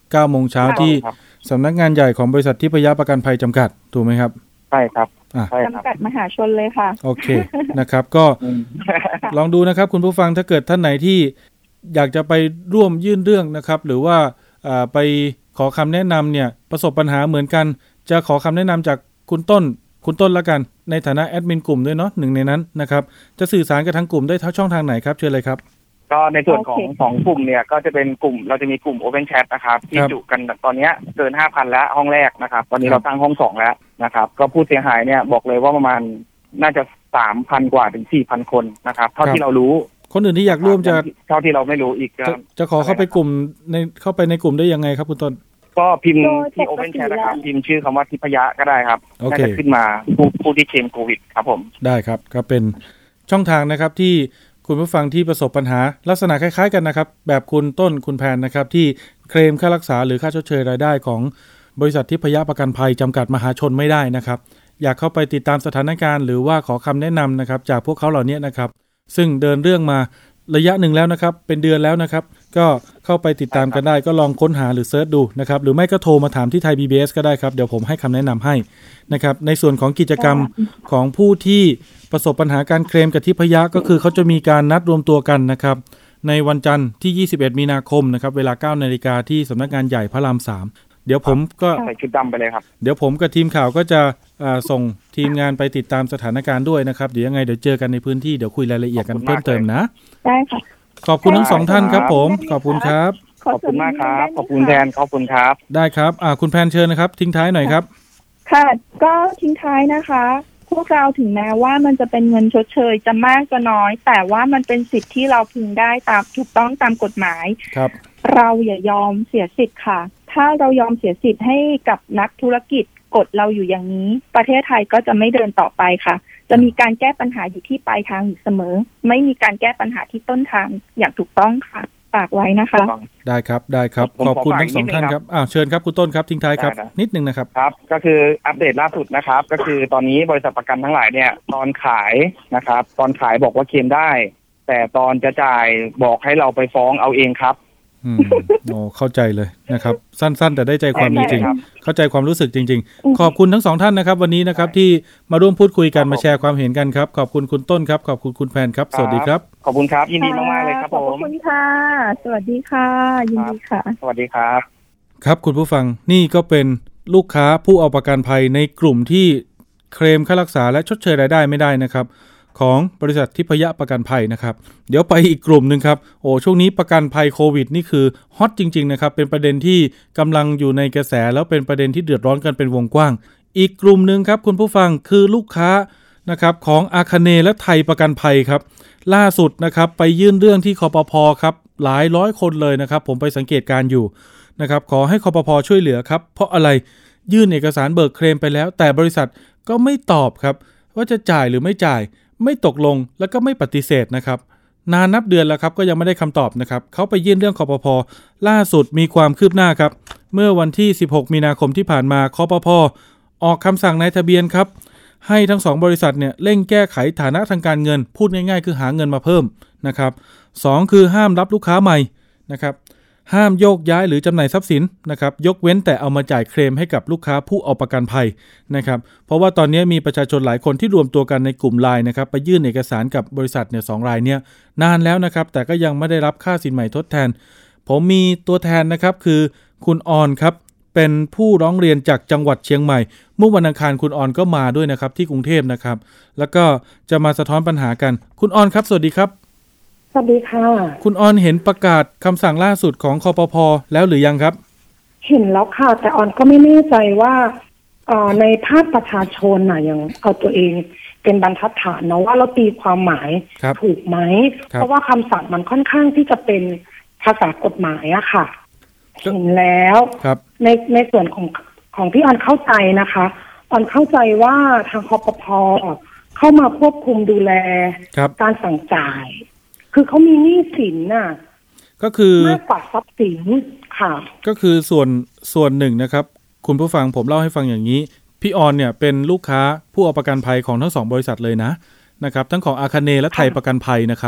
9 โมงเช้าที่สำนักงานใหญ่ของบริษัททิพยประกันภัยจำกัดถูกไหมครับใช่ครับจำกัดมหาชนเลยค่ะโอเคนะครับก็ลองดูนะครับคุณผู้ฟังถ้าเกิดท่านไหนที่อยากจะไปร่วมยื่นเรื่องนะครับหรือว่าไปขอคำแนะนำเนี่ยประสบปัญหาเหมือนกันจะขอคำแนะนำจากคุณต้นละกันในฐานะแอดมินกลุ่มด้วยเนาะหนึ่งในนั้นนะครับจะสื่อสารกับทางกลุ่มได้ทั้งช่องทางไหนครับเชิญเลยครับก็ในส่วนของกลุ่มเนี่ยก็จะเป็นกลุ่มเราจะมีกลุ่ม Open Chat นะครับที่จุกันตอนนี้เกิน 5,000 แล้วห้องแรกนะครับตอนนี้เราตั้งห้อง2แล้วนะครับก็ผู้เสียหายเนี่ยบอกเลยว่าประมาณน่าจะ 3,000 กว่าถึง 4,000 คนนะครับเท่าที่เรารู้คนอื่นที่อยากร่วมจะเท่าที่เราไม่รู้อีกจะขอเข้าไปกลุ่มเข้าไปในกลุ่มได้ยังไงครับคุณต้นก็พิมพ์ที่ Open Chat นะครับพิมพ์ชื่อคำว่าทิพยะก็ได้ครับน่าจะขึ้นมาผู้ที่เคลมโควิดครับผมได้ครับก็เป็นช่องทางนะครับที่คุณผู้ฟังที่ประสบปัญหาลักษณะคล้ายๆกันนะครับแบบคุณต้นคุณแพนนะครับที่เคลมค่ารักษาหรือค่าชดเชยรายได้ของบริษัททิพยประกันภัยจำกัดมหาชนไม่ได้นะครับอยากเข้าไปติดตามสถานการณ์หรือว่าขอคำแนะนำนะครับจากพวกเขาเหล่านี้นะครับซึ่งเดินเรื่องมาระยะหนึ่งแล้วนะครับเป็นเดือนแล้วนะครับก็เข้าไปติดตามกันได้ก็ลองค้นหาหรือเซิร์ชดูนะครับหรือไม่ก็โทรมาถามที่ไทย PBS ก็ได้ครับเดี๋ยวผมให้คำแนะนำให้นะครับในส่วนของกิจกรรมของผู้ที่ประสบปัญหาการเคลมกับทิพยก็คือเขาจะมีการนัดรวมตัวกันนะครับในวันจันทร์ที่21มีนาคมนะครับเวลา 9 นาฬิกาที่สำนักงานใหญ่พระราม 3เดี๋ยวผมก็ใส่ชุดดำไปเลยครับเดี๋ยวผมกับทีมข่าวก็จะส่งทีมงานไปติดตามสถานการณ์ด้วยนะครับเดี๋ยวยังไงเดี๋ยวเจอกันในพื้นที่เดี๋ยวคุยรายละเอียดกันเพิ่มเติมนะได้ค่ะขอบคุณทั้ง2ท่านครับผมขอบคุณครับขอบคุณมากครับขอบคุณแทนขอบคุณครับได้ครับคุณแพนเชิญนะครับทิ้งท้ายหน่อยครับค่ะก็ทิ้งท้ายนะคะพวกเราถึงแม้ว่ามันจะเป็นเงินชดเชยจะมากจะน้อยแต่ว่ามันเป็นสิทธิ์ที่เราพึงได้ตามถูกต้องตามกฎหมายครับเราอย่ายอมเสียสิทธิ์ค่ะถ้าเรายอมเสียสิทธิ์ให้กับนักธุรกิจกดเราอยู่อย่างนี้ประเทศไทยก็จะไม่เดินต่อไปค่ะจะมีการแก้ปัญหาอยู่ที่ปลายทางอยู่เสมอไม่มีการแก้ปัญหาที่ต้นทางอย่างถูกต้องค่ะฝากไว้นะคะได้ครับได้ครับขอบคุณทั้ง2ท่านครับเชิญครับคุณต้นครับทิ้งท้ายครับนิดนึงนะครับครับก็คืออัปเดตล่าสุดนะครับก็คือตอนนี้บริษัทประกันทั้งหลายเนี่ยตอนขายนะครับตอนขายบอกว่าเคลมได้แต่ตอนจะจ่ายบอกให้เราไปฟ้องเอาเองครับเข้าใจเลยนะครับสั้นๆแต่ได้ใจความจริงๆเข้าใจความรู้สึกจริงๆขอบคุณทั้ง2ท่านนะครับวันนี้นะครับที่มาร่วมพูดคุยกันมาแชร์ความเห็นกันครับขอบคุณคุณต้นครับขอบคุณคุณแพนครับสวัสดีครับขอบคุณครับยินดีมากๆเลยครับผมขอบคุณค่ะสวัสดีค่ะยินดีค่ะสวัสดีครับครับคุณผู้ฟังนี่ก็เป็นลูกค้าผู้เอาประกันภัยในกลุ่มที่เคลมค่ารักษาและชดเชยรายได้ไม่ได้นะครับของบริษัททิพยประกันภัยนะครับเดี๋ยวไปอีกกลุ่มนึงครับช่วงนี้ประกันภัยโควิดนี่คือฮอตจริงๆนะครับเป็นประเด็นที่กำลังอยู่ในกระแสแล้วเป็นประเด็นที่เดือดร้อนกันเป็นวงกว้างอีกกลุ่มนึงครับคุณผู้ฟังคือลูกค้านะครับของอาคเนย์และไทยประกันภัยครับล่าสุดนะครับไปยื่นเรื่องที่คปภ.ครับหลายร้อยคนเลยนะครับผมไปสังเกตการอยู่นะครับขอให้คปภ.ช่วยเหลือครับเพราะอะไรยื่นเอกสารเบิกเคลมไปแล้วแต่บริษัทก็ไม่ตอบครับว่าจะจ่ายหรือไม่จ่ายไม่ตกลงแล้วก็ไม่ปฏิเสธนะครับนานนับเดือนแล้วครับก็ยังไม่ได้คำตอบนะครับเขาไปยื่นเรื่องคปภ.ล่าสุดมีความคืบหน้าครับเมื่อวันที่16มีนาคมที่ผ่านมาคปภ.ออกคำสั่งนายทะเบียนครับให้ทั้ง2บริษัทเนี่ยเร่งแก้ไขฐานะทางการเงินพูดง่ายๆคือหาเงินมาเพิ่มนะครับ2คือห้ามรับลูกค้าใหม่นะครับห้ามโยกย้ายหรือจำหน่ายทรัพย์สินนะครับยกเว้นแต่เอามาจ่ายเคลมให้กับลูกค้าผู้เอาประกันภัยนะครับเพราะว่าตอนนี้มีประชาชนหลายคนที่รวมตัวกันในกลุ่ม LINE นะครับไปยื่นเอกสารกับบริษัทเนี่ย2รายเนี่ยนานแล้วนะครับแต่ก็ยังไม่ได้รับค่าสินใหม่ทดแทนผมมีตัวแทนนะครับคือคุณออนครับเป็นผู้ร้องเรียนจากจังหวัดเชียงใหม่เมื่อวันอังคารคุณออนก็มาด้วยนะครับที่กรุงเทพนะครับแล้วก็จะมาสะท้อนปัญหากันคุณออนครับสวัสดีครับสวัสดีค่ะคุณออนเห็นประกาศคำสั่งล่าสุดของคปภ.แล้วหรือยังครับเห็นแล้วค่ะแต่ออนก็ไม่แน่ใจว่าในภาคประชาชนอย่างเอาตัวเองเป็นบรรทัดฐานเนาะว่าเราตีความหมายถูกไหมเพราะว่าคำสั่งมันค่อนข้างที่จะเป็นภาษากฎหมายอะค่ะเห็นแล้วในส่วนของที่ออนเข้าใจนะคะออนเข้าใจว่าทางคปภ.เข้ามาควบคุมดูแลการสั่งจ่ายคือเขามีหนี้สินน่ะก็คือมากกว่าทรัพย์สินค่ะก็คือส่วนหนึ่งนะครับคุณผู้ฟังผมเล่าให้ฟังอย่างนี้พี่ออนเนี่ยเป็นลูกค้าผู้เอาประกันภัยของทั้ง2บริษัทเลยนะครับทั้งของอาคเนย์และไทยประกันภัยนะครับ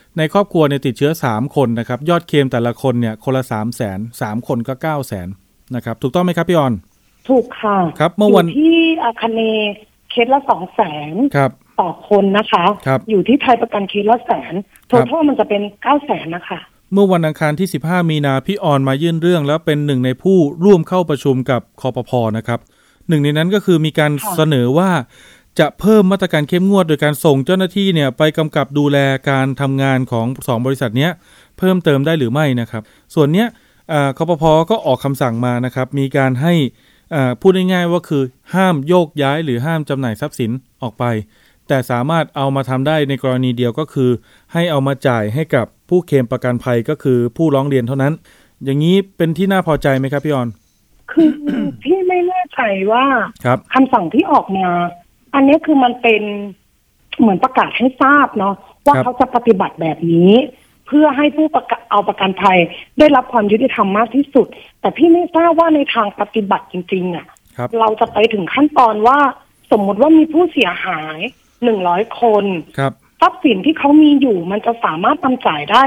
ในครอบครัวเนี่ยติดเชื้อ3คนนะครับยอดเคลมแต่ละคนเนี่ยคนละ 300,000 3คนก็ 900,000 นะครับถูกต้องไหมครับพี่ออนถูกค่ะครับเมื่อวันที่อาคเนย์เคสละ 200,000 ครับต่อคนนะคะอยู่ที่ไทยประกันเคสละ100,000ทั้งทั้งมันจะเป็น 900,000 นะคะเมื่อวันอังคารที่15มีนาพี่ออนมายื่นเรื่องแล้วเป็นหนึ่งในผู้ร่วมเข้าประชุมกับคปภ.นะครับหนึ่งในนั้นก็คือมีการเสนอว่าจะเพิ่มมาตรการเข้มงวดโดยการส่งเจ้าหน้าที่เนี่ยไปกำกับดูแลการทำงานของ2บริษัทนี้เพิ่มเติมได้หรือไม่นะครับส่วนเนี้ยคปภ.ก็ออกคำสั่งมานะครับมีการให้พูดง่ายๆว่าคือห้ามโยกย้ายหรือห้ามจำหน่ายทรัพย์สินออกไปแต่สามารถเอามาทำได้ในกรณีเดียวก็คือให้เอามาจ่ายให้กับผู้เคลมประกันภัยก็คือผู้ร้องเรียนเท่านั้นอย่างนี้เป็นที่น่าพอใจไหมครับพี่ออนคือพี่ไม่แน่ใจว่าคำสั่งที่ออกมาอันนี้คือมันเป็นเหมือนประกาศให้ทราบเนาะว่าเขาจะปฏิบัติแบบนี้เพื่อให้ผู้เอาประกันภัยได้รับความยุติธรรมมากที่สุดแต่พี่ไม่ทราบว่าในทางปฏิบัติจริงๆอ่ะเราจะไปถึงขั้นตอนว่าสมมติว่ามีผู้เสียหาย100 คนทรัพย์สินที่เขามีอยู่มันจะสามารถนำจ่ายได้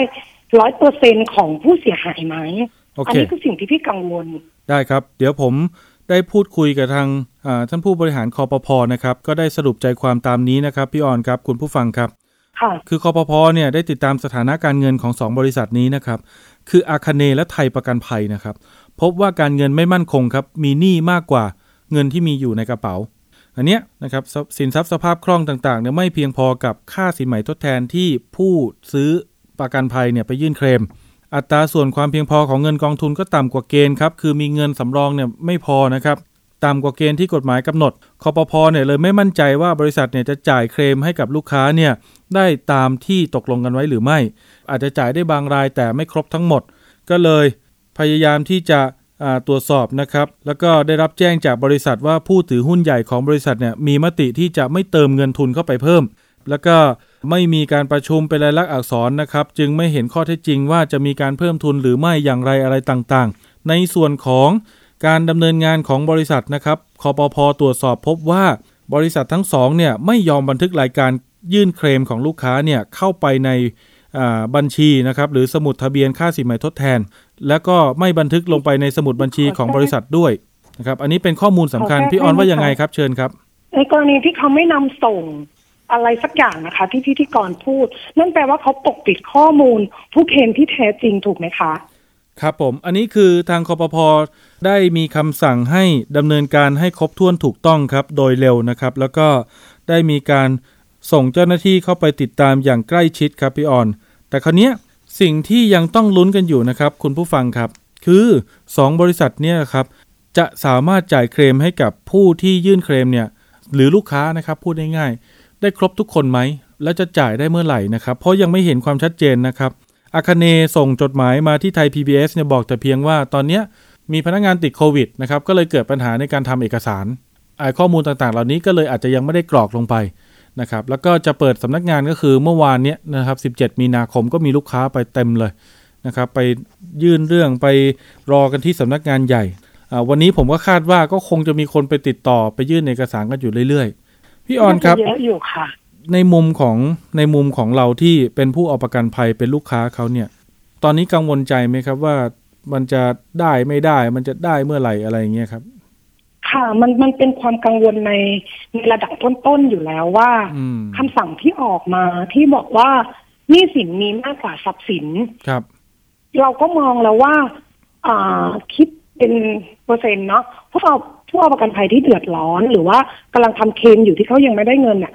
100% ของผู้เสียหายไหม อันนี้คือสิ่งที่พี่กังวลได้ครับเดี๋ยวผมได้พูดคุยกับทางท่านผู้บริหารคปภ.นะครับก็ได้สรุปใจความตามนี้นะครับพี่ออนครับคุณผู้ฟังครับคือคปภ.เนี่ยได้ติดตามสถานะการเงินของ2บริษัทนี้นะครับคืออาคเนย์และไทยประกันภัยนะครับพบว่าการเงินไม่มั่นคงครับมีหนี้มากกว่าเงินที่มีอยู่ในกระเป๋าอันเนี้ยนะครับสินทรัพย์สภาพคล่องต่างๆเนี่ยไม่เพียงพอกับค่าสินไหมทดแทนที่ผู้ซื้อประกันภัยเนี่ยไปยื่นเคลมอัตราส่วนความเพียงพอของเงินกองทุนก็ต่ำกว่าเกณฑ์ครับคือมีเงินสำรองเนี่ยไม่พอนะครับต่ำกว่าเกณฑ์ที่กฎหมายกำหนดคปภ.เนี่ยเลยไม่มั่นใจว่าบริษัทเนี่ยจะจ่ายเคลมให้กับลูกค้าเนี่ยได้ตามที่ตกลงกันไว้หรือไม่อาจจะจ่ายได้บางรายแต่ไม่ครบทั้งหมดก็เลยพยายามที่จะตรวจสอบนะครับแล้วก็ได้รับแจ้งจากบริษัทว่าผู้ถือหุ้นใหญ่ของบริษัทเนี่ยมีมติที่จะไม่เติมเงินทุนเข้าไปเพิ่มแล้วก็ไม่มีการประชุมเป็นลายลักษณ์อักษรนะครับจึงไม่เห็นข้อเท็จจริงว่าจะมีการเพิ่มทุนหรือไม่อย่างไรอะไรต่างๆในส่วนของการดำเนินงานของบริษัทนะครับคปภ.ตรวจสอบพบว่าบริษัททั้งสองเนี่ยไม่ยอมบันทึกรายการยื่นเคลมของลูกค้าเนี่ยเข้าไปในบัญชีนะครับหรือสมุดทะเบียนค่าสินไหมทดแทนแล้วก็ไม่บันทึกลงไปในสมุดบัญชีของบริษัทด้วยนะครับอันนี้เป็นข้อมูลสำคัญพี่ออนว่ายังไงครับเชิญครับในกรณีที่เขาไม่นำส่งอะไรสักอย่างนะคะที่พิธีกรพูดนั่นแปลว่าเขาปกปิดข้อมูลผู้เคลมที่แท้จริงถูกไหมคะครับผมอันนี้คือทางคปภ.ได้มีคำสั่งให้ดำเนินการให้ครบถ้วนถูกต้องครับโดยเร็วนะครับแล้วก็ได้มีการส่งเจ้าหน้าที่เข้าไปติดตามอย่างใกล้ชิดครับพี่ออนแต่คราวนี้สิ่งที่ยังต้องลุ้นกันอยู่นะครับคุณผู้ฟังครับคือ2บริษัทเนี่ยครับจะสามารถจ่ายเคลมให้กับผู้ที่ยื่นเคลมเนี่ยหรือลูกค้านะครับพูดง่ายๆได้ครบทุกคนไหมและจะจ่ายได้เมื่อไหร่นะครับเพราะยังไม่เห็นความชัดเจนนะครับอาคเนย์ส่งจดหมายมาที่ไทย PBS เนี่ยบอกแต่เพียงว่าตอนนี้มีพนักงานติดโควิดนะครับก็เลยเกิดปัญหาในการทำเอกสารข้อมูลต่างๆเหล่านี้ก็เลยอาจจะยังไม่ได้กรอกลงไปนะครับแล้วก็จะเปิดสำนักงานก็คือเมื่อวานนี้นะครับ17มีนาคมก็มีลูกค้าไปเต็มเลยนะครับไปยื่นเรื่องไปรอกันที่สำนักงานใหญ่วันนี้ผมก็คาดว่าก็คงจะมีคนไปติดต่อไปยื่นเอกสารกันอยู่เรื่อยๆพี่ออนครับเยอะอยู่ค่ะในมุมของเราที่เป็นผู้เอาประกันภัยเป็นลูกค้าเขาเนี่ยตอนนี้กังวลใจไหมครับว่ามันจะได้ไม่ได้มันจะได้เมื่อไหร่อะไรอย่างเงี้ยครับค่ะมันเป็นความกังวลในระดับต้นๆอยู่แล้วว่าคำสั่งที่ออกมาที่บอกว่าหนี้สินมีมากกว่าทรัพย์สินครับเราก็มองแล้วว่าคิดเป็นเปอร์เซ็นต์เนาะผู้เอาประกันภัยที่เดือดร้อนหรือว่ากำลังทำเคลมอยู่ที่เขายังไม่ได้เงินเนี่ย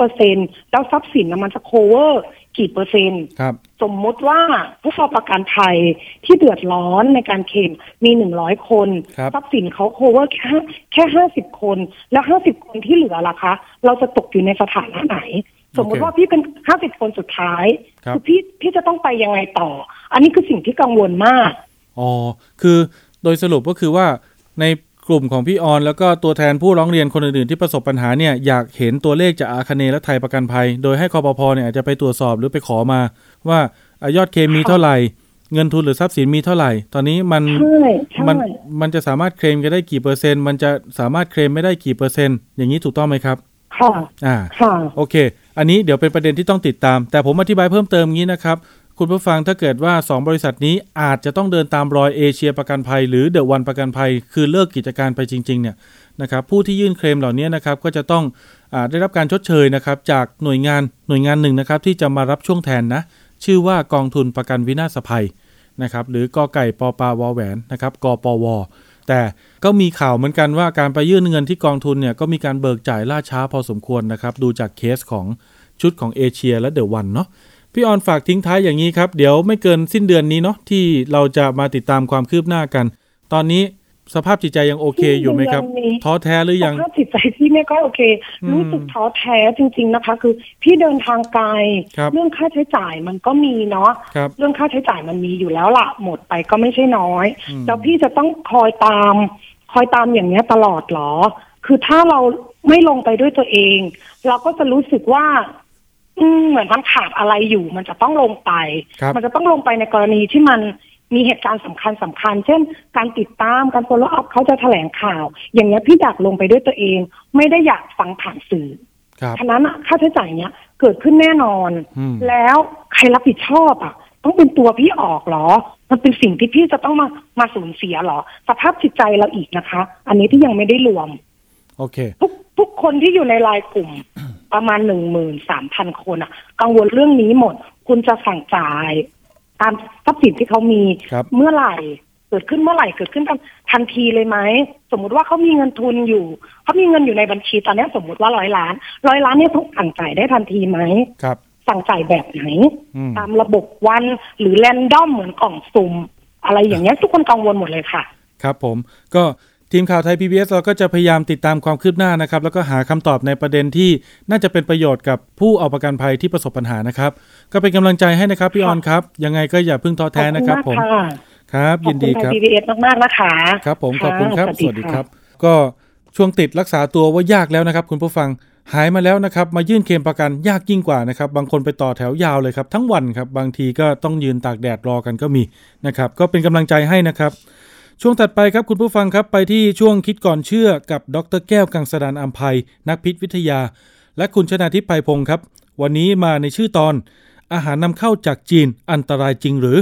100% แล้วทรัพย์สินมันจะ cover กี่เปอร์เซ็นต์สมมติว่าผู้เอาประกันภัยที่เดือดร้อนในการเคลมมี100คนทรัพย์สินเขา cover แค่50คนแล้ว50คนที่เหลือล่ะคะเราจะตกอยู่ในสถานะไหนสมมติว่าพี่เป็น50คนสุดท้ายคือพี่จะต้องไปยังไงต่ออันนี้คือสิ่งที่กังวลมากคือโดยสรุปก็คือว่าในกลุ่มของพี่ออนแล้วก็ตัวแทนผู้ร้องเรียนคนอื่นๆที่ประสบปัญหาเนี่ยอยากเห็นตัวเลขจากอาคเนย์และไทยประกันภัยโดยให้คปภ.เนี่ยอาจจะไปตรวจสอบหรือไปขอมาว่ายอดเคลมมีเท่าไหร่เงินทุนหรือทรัพย์สินมีเท่าไหร่ตอนนี้มันจะสามารถเคลมกันได้กี่เปอร์เซ็นต์มันจะสามารถเคลมไม่ได้กี่เปอร์เซ็นต์อย่างนี้ถูกต้องไหมครับค่ะโอเคอันนี้เดี๋ยวเป็นประเด็นที่ต้องติดตามแต่ผมอธิบายเพิ่มเติมงี้นะครับคุณผู้ฟังถ้าเกิดว่า2บริษัทนี้อาจจะต้องเดินตามรอยเอเชียประกันภัยหรือเดอะวันประกันภัยคือเลิกกิจการไปจริงๆเนี่ยนะครับผู้ที่ยื่นเคลมเหล่านี้นะครับก็จะต้องได้รับการชดเชยนะครับจากหน่วยงานหนึ่งนะครับที่จะมารับช่วงแทนนะชื่อว่ากองทุนประกันวินาศภัยนะครับหรือกไก่ปปวแหวนนะครับกปวแต่ก็มีข่าวเหมือนกันว่าการไปยื่นเงินที่กองทุนเนี่ยก็มีการเบิกจ่ายล่าช้าพอสมควรนะครับดูจากเคสของชุดของเอเชียและเดอะวันเนาะพี่ออนฝากทิ้งท้ายอย่างนี้ครับเดี๋ยวไม่เกินสิ้นเดือนนี้เนาะที่เราจะมาติดตามความคืบหน้ากันตอนนี้สภาพจิตใจยังโอเคอยู่ไหมครับท้อแท้หรือยังสภาพจิตใจพี่ไม่ก็โอเครู้สึกท้อแท้จริงๆนะคะคือพี่เดินทางไกลเรื่องค่าใช้จ่ายมันก็มีเนาะเรื่องค่าใช้จ่ายมันมีอยู่แล้วล่ะหมดไปก็ไม่ใช่น้อยแล้วพี่จะต้องคอยตามอย่างเนี้ยตลอดหรอคือถ้าเราไม่ลงไปด้วยตัวเองเราก็จะรู้สึกว่าเหมือนมันขาดอะไรอยู่มันจะต้องลงไปมันจะต้องลงไปในกรณีที่มันมีเหตุการณ์สำคัญเช่นการติดตามการ follow up เขาจะแถลงข่าวอย่างเงี้ยพี่อยากลงไปด้วยตัวเองไม่ได้อยากฟังผ่านสื่อฉะนั้นค่าใช้จ่ายเนี้ยเกิดขึ้นแน่นอนแล้วใครรับผิดชอบอ่ะต้องเป็นตัวพี่ออกหรอมันเป็นสิ่งที่พี่จะต้องมาสูญเสียหรอสภาพจิตใจเราอีกนะคะอันนี้ที่ยังไม่ได้รวมโอเคทุกคนที่อยู่ในไลน์กลุ่มประมาณ 13,000 คนอ่ะกังวลเรื่องนี้หมดคุณจะสั่งจ่ายตามทรัพย์สินที่เขามีเมื่อไหร่เกิดขึ้นทันทีเลยไหมสมมุติว่าเขามีเงินทุนอยู่เขามีเงินอยู่ในบัญชีตอนนี้สมมุติว่า100 ล้านเนี่ยต้องสั่งจ่ายได้ทันทีไหมสั่งจ่ายแบบไหนตามระบบวันหรือแรนดอมเหมือนกล่องสุ่มอะไรอย่างเงี้ยทุกคนกังวลหมดเลยค่ะครับผมก็ทีมข่าวไทย PBS เราก็จะพยายามติดตามความคืบหน้านะครับแล้วก็หาคำตอบในประเด็นที่น่าจะเป็นประโยชน์กับผู้เอาประกันภัยที่ประสบปัญหานะครับก็เป็นกำลังใจให้นะครับพี่ออนครับยังไงก็อย่าเพิ่งท้อแท้นะครับผมครับยินดีครับขอบคุณไทย PBS มากๆนะคะครับผมขอบคุณครับสวัสดีครับก็ช่วงติดรักษาตัวว่ายากแล้วนะครับคุณผู้ฟังหายมาแล้วนะครับมายื่นเคลมประกันยากยิ่งกว่านะครับบางคนไปต่อแถวยาวเลยครับทั้งวันครับบางทีก็ต้องยืนตากแดดรอกันก็มีนะครับก็เป็นกำลังใจให้นะครับช่วงถัดไปครับคุณผู้ฟังครับไปที่ช่วงคิดก่อนเชื่อกับดร.แก้วกังสดาลอำไพนักพิษวิทยาและคุณชนาทิพย์ไพพงศ์ครับวันนี้มาในชื่อตอนอาหารนำเข้าจากจีนอันตรายจริงหรือ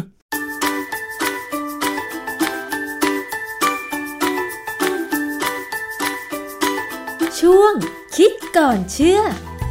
ช่วงคิดก่อนเชื่อ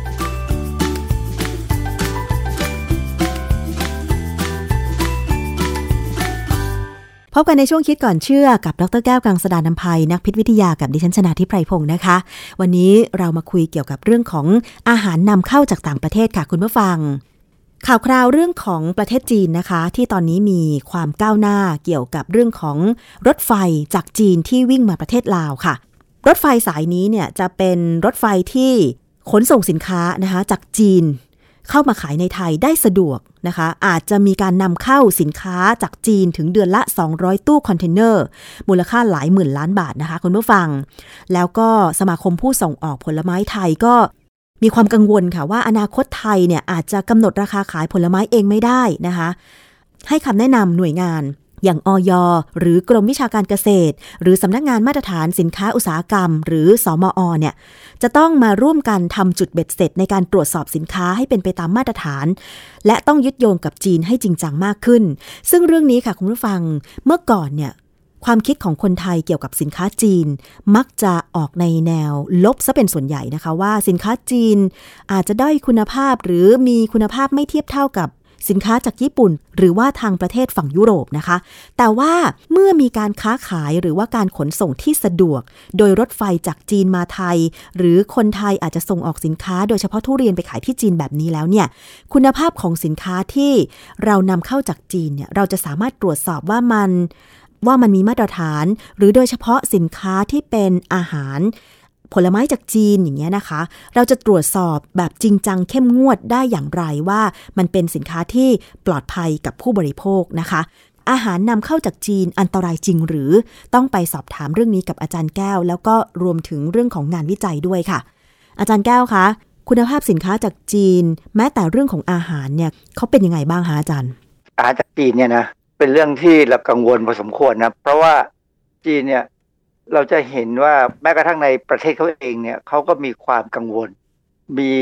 พบกันในช่วงคิดก่อนเชื่อกับดร.แก้วกังสดาลอำไพนักพิษวิทยากับดิฉันชนาทิพย์ไพพงศ์นะคะวันนี้เรามาคุยเกี่ยวกับเรื่องของอาหารนำเข้าจากต่างประเทศค่ะคุณผู้ฟังข่าวคราวเรื่องของประเทศจีนนะคะที่ตอนนี้มีความก้าวหน้าเกี่ยวกับเรื่องของรถไฟจากจีนที่วิ่งมาประเทศลาวค่ะรถไฟสายนี้เนี่ยจะเป็นรถไฟที่ขนส่งสินค้านะคะจากจีนเข้ามาขายในไทยได้สะดวกนะคะอาจจะมีการนำเข้าสินค้าจากจีนถึงเดือนละ200ตู้คอนเทนเนอร์มูลค่าหลายหมื่นล้านบาทนะคะคุณผู้ฟังแล้วก็สมาคมผู้ส่งออกผลไม้ไทยก็มีความกังวลค่ะว่าอนาคตไทยเนี่ยอาจจะกำหนดราคาขายผลไม้เองไม่ได้นะคะให้คำแนะนำหน่วยงานอย่างอย.หรือกรมวิชาการเกษตรหรือสำนักงานมาตรฐานสินค้าอุตสาหกรรมหรือสมอ.เนี่ยจะต้องมาร่วมกันทำจุดเบ็ดเสร็จในการตรวจสอบสินค้าให้เป็นไปตามมาตรฐานและต้องยึดโยงกับจีนให้จริงจังมากขึ้นซึ่งเรื่องนี้ค่ะคุณผู้ฟังเมื่อก่อนเนี่ยความคิดของคนไทยเกี่ยวกับสินค้าจีนมักจะออกในแนวลบซะเป็นส่วนใหญ่นะคะว่าสินค้าจีนอาจจะด้อยคุณภาพหรือมีคุณภาพไม่เทียบเท่ากับสินค้าจากญี่ปุ่นหรือว่าทางประเทศฝั่งยุโรปนะคะแต่ว่าเมื่อมีการค้าขายหรือว่าการขนส่งที่สะดวกโดยรถไฟจากจีนมาไทยหรือคนไทยอาจจะส่งออกสินค้าโดยเฉพาะทุเรียนไปขายที่จีนแบบนี้แล้วเนี่ยคุณภาพของสินค้าที่เรานำเข้าจากจีนเนี่ยเราจะสามารถตรวจสอบว่ามันมีมาตรฐานหรือโดยเฉพาะสินค้าที่เป็นอาหารผลไม้จากจีนอย่างเงี้ยนะคะเราจะตรวจสอบแบบจริงจังเข้มงวดได้อย่างไรว่ามันเป็นสินค้าที่ปลอดภัยกับผู้บริโภคนะคะอาหารนำเข้าจากจีนอันตรายจริงหรือต้องไปสอบถามเรื่องนี้กับอาจารย์แก้วแล้วก็รวมถึงเรื่องของงานวิจัยด้วยค่ะอาจารย์แก้วคะคุณภาพสินค้าจากจีนแม้แต่เรื่องของอาหารเนี่ยเขาเป็นยังไงบ้างคะอาจารย์อาหารจากจีนเนี่ยนะเป็นเรื่องที่เรากังวลพอสมควรนะเพราะว่าจีนเนี่ยเราจะเห็นว่าแม้กระทั่งในประเทศเขาเองเนี่ยเขาก็มีความกังวลมี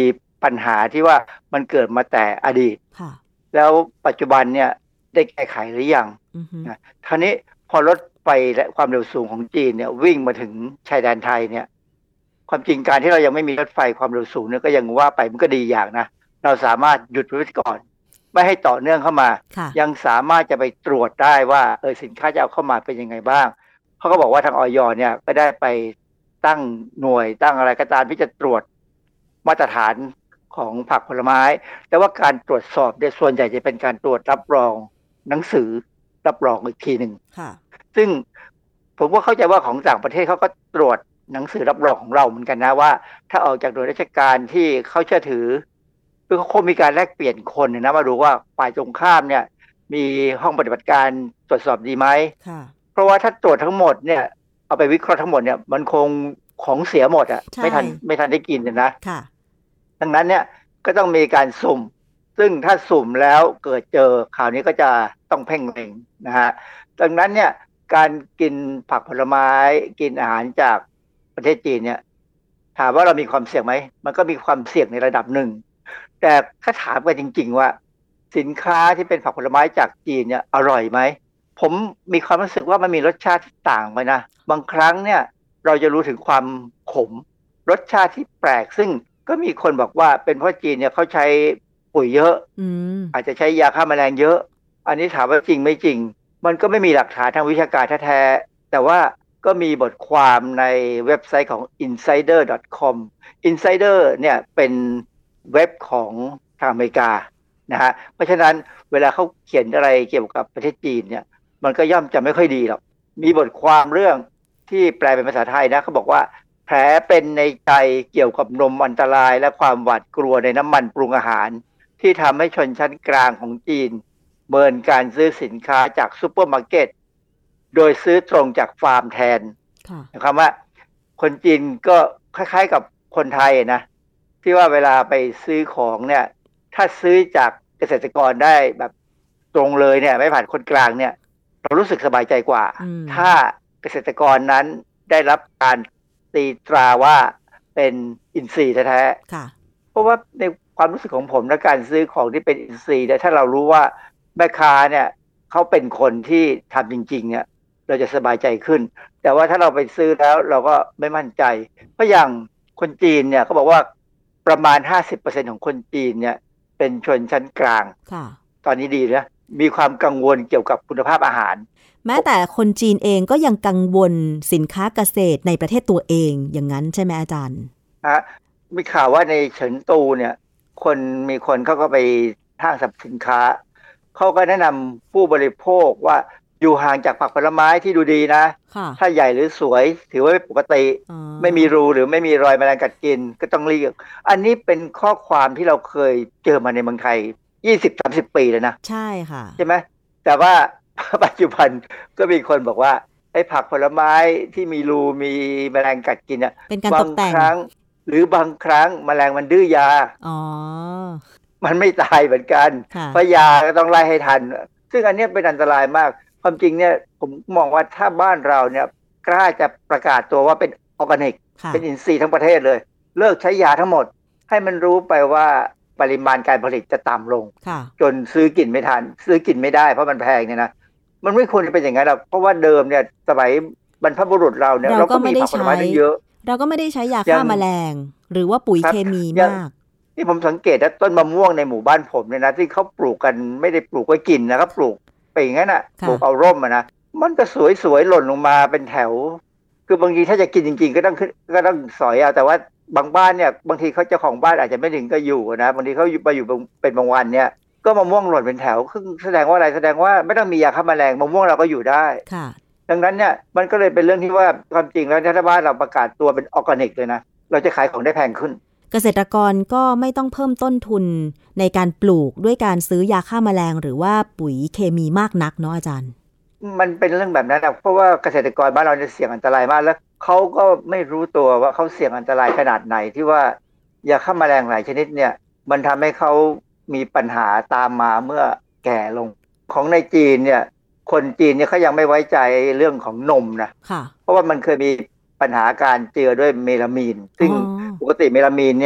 ปัญหาที่ว่ามันเกิดมาแต่อดีตแล้วปัจจุบันเนี่ยได้แก้ไขหรือยังนะคราวนี้พอรถไฟและความเร็วสูงของจีนเนี่ยวิ่งมาถึงชายแดนไทยเนี่ยความจริงการที่เรายังไม่มีรถไฟความเร็วสูงเนี่ยก็ยังว่าไปมันก็ดีอย่างนะเราสามารถหยุดไว้ก่อนไม่ให้ต่อเนื่องเข้ามายังสามารถจะไปตรวจได้ว่าสินค้าจะเอาเข้ามาเป็นยังไงบ้างเขาก็บอกว่าทางอย.เนี่ยก็ได้ไปตั้งหน่วยตั้งอะไรก็ตามที่จะตรวจมาตรฐานของผักผลไม้แต่ว่าการตรวจสอบเนี่ยส่วนใหญ่จะเป็นการตรวจรับรองหนังสือรับรองอีกทีหนึ่งซึ่งผมว่าเข้าใจว่าของต่างประเทศเขาก็ตรวจหนังสือรับรองของเราเหมือนกันนะว่าถ้าออกจากหน่วยราชการที่เขาเชื่อถือคือเขาคงมีการแลกเปลี่ยนคนนะมาดูว่าฝ่ายตรงข้ามเนี่ยมีห้องปฏิบัติการตรวจสอบดีไหมเพราะว่าถ้าตรวจทั้งหมดเนี่ยเอาไปวิเคราะห์ทั้งหมดเนี่ยมันคงของเสียหมดอ่ะไม่ทันได้กินนะดังนั้นเนี่ยก็ต้องมีการสุ่มซึ่งถ้าสุ่มแล้วเกิดเจอข่าวนี้ก็จะต้องเพ่งเล็งนะฮะดังนั้นเนี่ยการกินผักผลไม้กินอาหารจากประเทศจีนเนี่ยถามว่าเรามีความเสี่ยงไหมมันก็มีความเสี่ยงในระดับหนึ่งแต่ถ้าถามกันจริงๆว่าสินค้าที่เป็นผักผลไม้จากจีนเนี่ยอร่อยไหมผมมีความรู้สึกว่ามันมีรสชาติที่ต่างไปนะบางครั้งเนี่ยเราจะรู้ถึงความขมรสชาติที่แปลกซึ่งก็มีคนบอกว่าเป็นเพราะจีนเนี่ยเขาใช้ปุ๋ยเยอะอาจจะใช้ยาฆ่าแมลงเยอะอันนี้ถามว่าจริงไม่จริงมันก็ไม่มีหลักฐานทางวิชาการแท้ๆแต่ว่าก็มีบทความในเว็บไซต์ของ insider.com insider เนี่ยเป็นเว็บของทางอเมริกานะฮะเพราะฉะนั้นเวลาเขาเขียนอะไรเกี่ยวกับประเทศจีนเนี่ยมันก็ย่อมจะไม่ค่อยดีหรอกมีบทความเรื่องที่แปลเป็นภาษาไทยนะเขาบอกว่าแผลเป็นในใจเกี่ยวกับนมอันตรายและความหวาดกลัวในน้ำมันปรุงอาหารที่ทำให้ชนชั้นกลางของจีนเมินการซื้อสินค้าจากซุปเปอร์มาร์เก็ตโดยซื้อตรงจากฟาร์มแทนนะครับว่าคนจีนก็คล้ายๆกับคนไทยนะที่ว่าเวลาไปซื้อของเนี่ยถ้าซื้อจากเกษตรกรได้แบบตรงเลยเนี่ยไม่ผ่านคนกลางเนี่ยเรารู้สึกสบายใจกว่าถ้าเกษตรกรนั้นได้รับการตีตราว่าเป็นอินทรีย์แท้ๆเพราะว่าในความรู้สึกของผมและการซื้อของที่เป็นอินทรีย์เนี่ยถ้าเรารู้ว่าแม่ค้าเนี่ยเขาเป็นคนที่ทำจริงๆเนี่ยเราจะสบายใจขึ้นแต่ว่าถ้าเราไปซื้อแล้วเราก็ไม่มั่นใจเพราะอย่างคนจีนเนี่ยเขาบอกว่าประมาณ 50% ของคนจีนเนี่ยเป็นชนชั้นกลางตอนนี้ดีนะมีความกังวลเกี่ยวกับคุณภาพอาหารแม้แต่คนจีนเองก็ยังกังวลสินค้าเกษตรในประเทศตัวเองอย่างนั้นใช่ไหมอาจารย์มีข่าวว่าในเฉินตูเนี่ยมีคนเขาก็ไปห้างสรรพสินค้าเขาก็แนะนำผู้บริโภคว่าอยู่ห่างจากผักผลไม้ที่ดูดีนะถ้าใหญ่หรือสวยถือว่าปกติไม่มีรูหรือไม่มีรอยแมลงกัดกินก็ต้องเลี่ยงอันนี้เป็นข้อความที่เราเคยเจอมาในเมืองไทย 20-30 ปีแล้วนะใช่ค่ะใช่ไหมแต่ว่าปัจจุบันก็มีคนบอกว่าไอ้ผักผลไม้ที่มีรูมีแมลงกัดกินอ่ะบางครั้งหรือบางครั้งแมลงมันดื้อยามันไม่ตายเหมือนกันเพราะยาก็ต้องไล่ให้ทันซึ่งอันนี้เป็นอันตรายมากความจริงเนี่ยผมมองว่าถ้าบ้านเราเนี่ยกล้าจะประกาศตัวว่าเป็นออร์แกนิกเป็นอินทรีย์ทั้งประเทศเลยเลิกใช้ยาทั้งหมดให้มันรู้ไปว่าปริมาณการผลิตจะต่ำลงจนซื้อกินไม่ทันซื้อกินไม่ได้เพราะมันแพงเนี่ยนะมันไม่ควรจะเป็นอย่างนั้นหรอกเพราะว่าเดิมเนี่ยสมัยบรรพบุรุษเราเนี่ยเราก็มีผักผลไม้เยอะเราก็ไม่ได้ใช้ยาฆ่าแมลงหรือว่าปุ๋ยเคมีมากนี่ผมสังเกตนะต้นมะม่วงในหมู่บ้านผมเนี่ยนะที่เขาปลูกกันไม่ได้ปลูกไว้กินนะครับปลูกไปอย่างนั้นน่ะปลูกเอาร่มนะมันก็สวยๆหล่นลงมาเป็นแถวคือบางทีถ้าจะกินจริงๆก็ต้องสอยเอาแต่ว่าบางบ้านเนี่ยบางทีเขาเจ้าของบ้านอาจจะไม่ถึงก็อยู่นะบางทีเขาไปอยู่เป็นบางวันเนี่ยก็มะม่วงหล่นเป็นแถวคือแสดงว่าอะไรแสดงว่าไม่ต้องมียาฆ่าแมลงมะม่วงเราก็อยู่ได้ดังนั้นเนี่ยมันก็เลยเป็นเรื่องที่ว่าความจริงแล้วถ้าบ้านเราประกาศตัวเป็นออร์แกนิกเลยนะเราจะขายของได้แพงขึ้นเกษตรกรก็ไม่ต้องเพิ่มต้นทุนในการปลูกด้วยการซื้อยาฆ่าแมลงหรือว่าปุ๋ยเคมีมากนักเนาะอาจารย์มันเป็นเรื่องแบบนั้นนะเพราะว่าเกษตรกรบ้านเราจะเสี่ยงอันตรายมากแล้วเขาก็ไม่รู้ตัวว่าเขาเสี่ยงอันตรายขนาดไหนที่ว่ายาฆ่าแมลงหลายชนิดเนี่ยมันทำให้เขามีปัญหาตามมาเมื่อแก่ลงของในจีนเนี่ยคนจีนเนี่ยเขายังไม่ไว้ใจเรื่องของนมนะเพราะว่ามันเคยมีปัญหาการเจือด้วยเมลามีนซึ่งปกติเมลามีนเนี่ยเข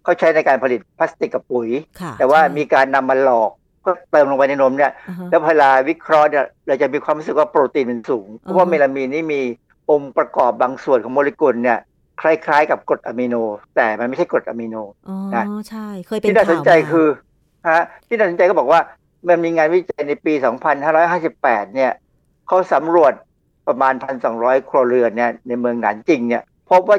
เขาใช้ในการผลิตพลาสติกกับปุ๋ยแต่ว่ามีการนำมาหลอกก็เติมลงไปในนมเนี่ยแล้วเวลาวิเคราะห์เนี่ยเราจะมีความรู้สึกว่าโปรตีนมันสูงเพราะว่าเมลามีนนี่มีองค์ประกอบบางส่วนของโมเลกุลเนี่ยคล้ายๆกับกรดอะมิโนแต่มันไม่ใช่กรดอะมิโนนะใช่เคยเป็นที่น่าสนใจคือที่น่าสนใจก็บอกว่ามันมีงานวิจัยในปี 2558 เนี่ยเขาสำรวจประมาณ 1,200 ครัวเรือนเนี่ยในเมืองหนานจิงเนี่ยพบว่า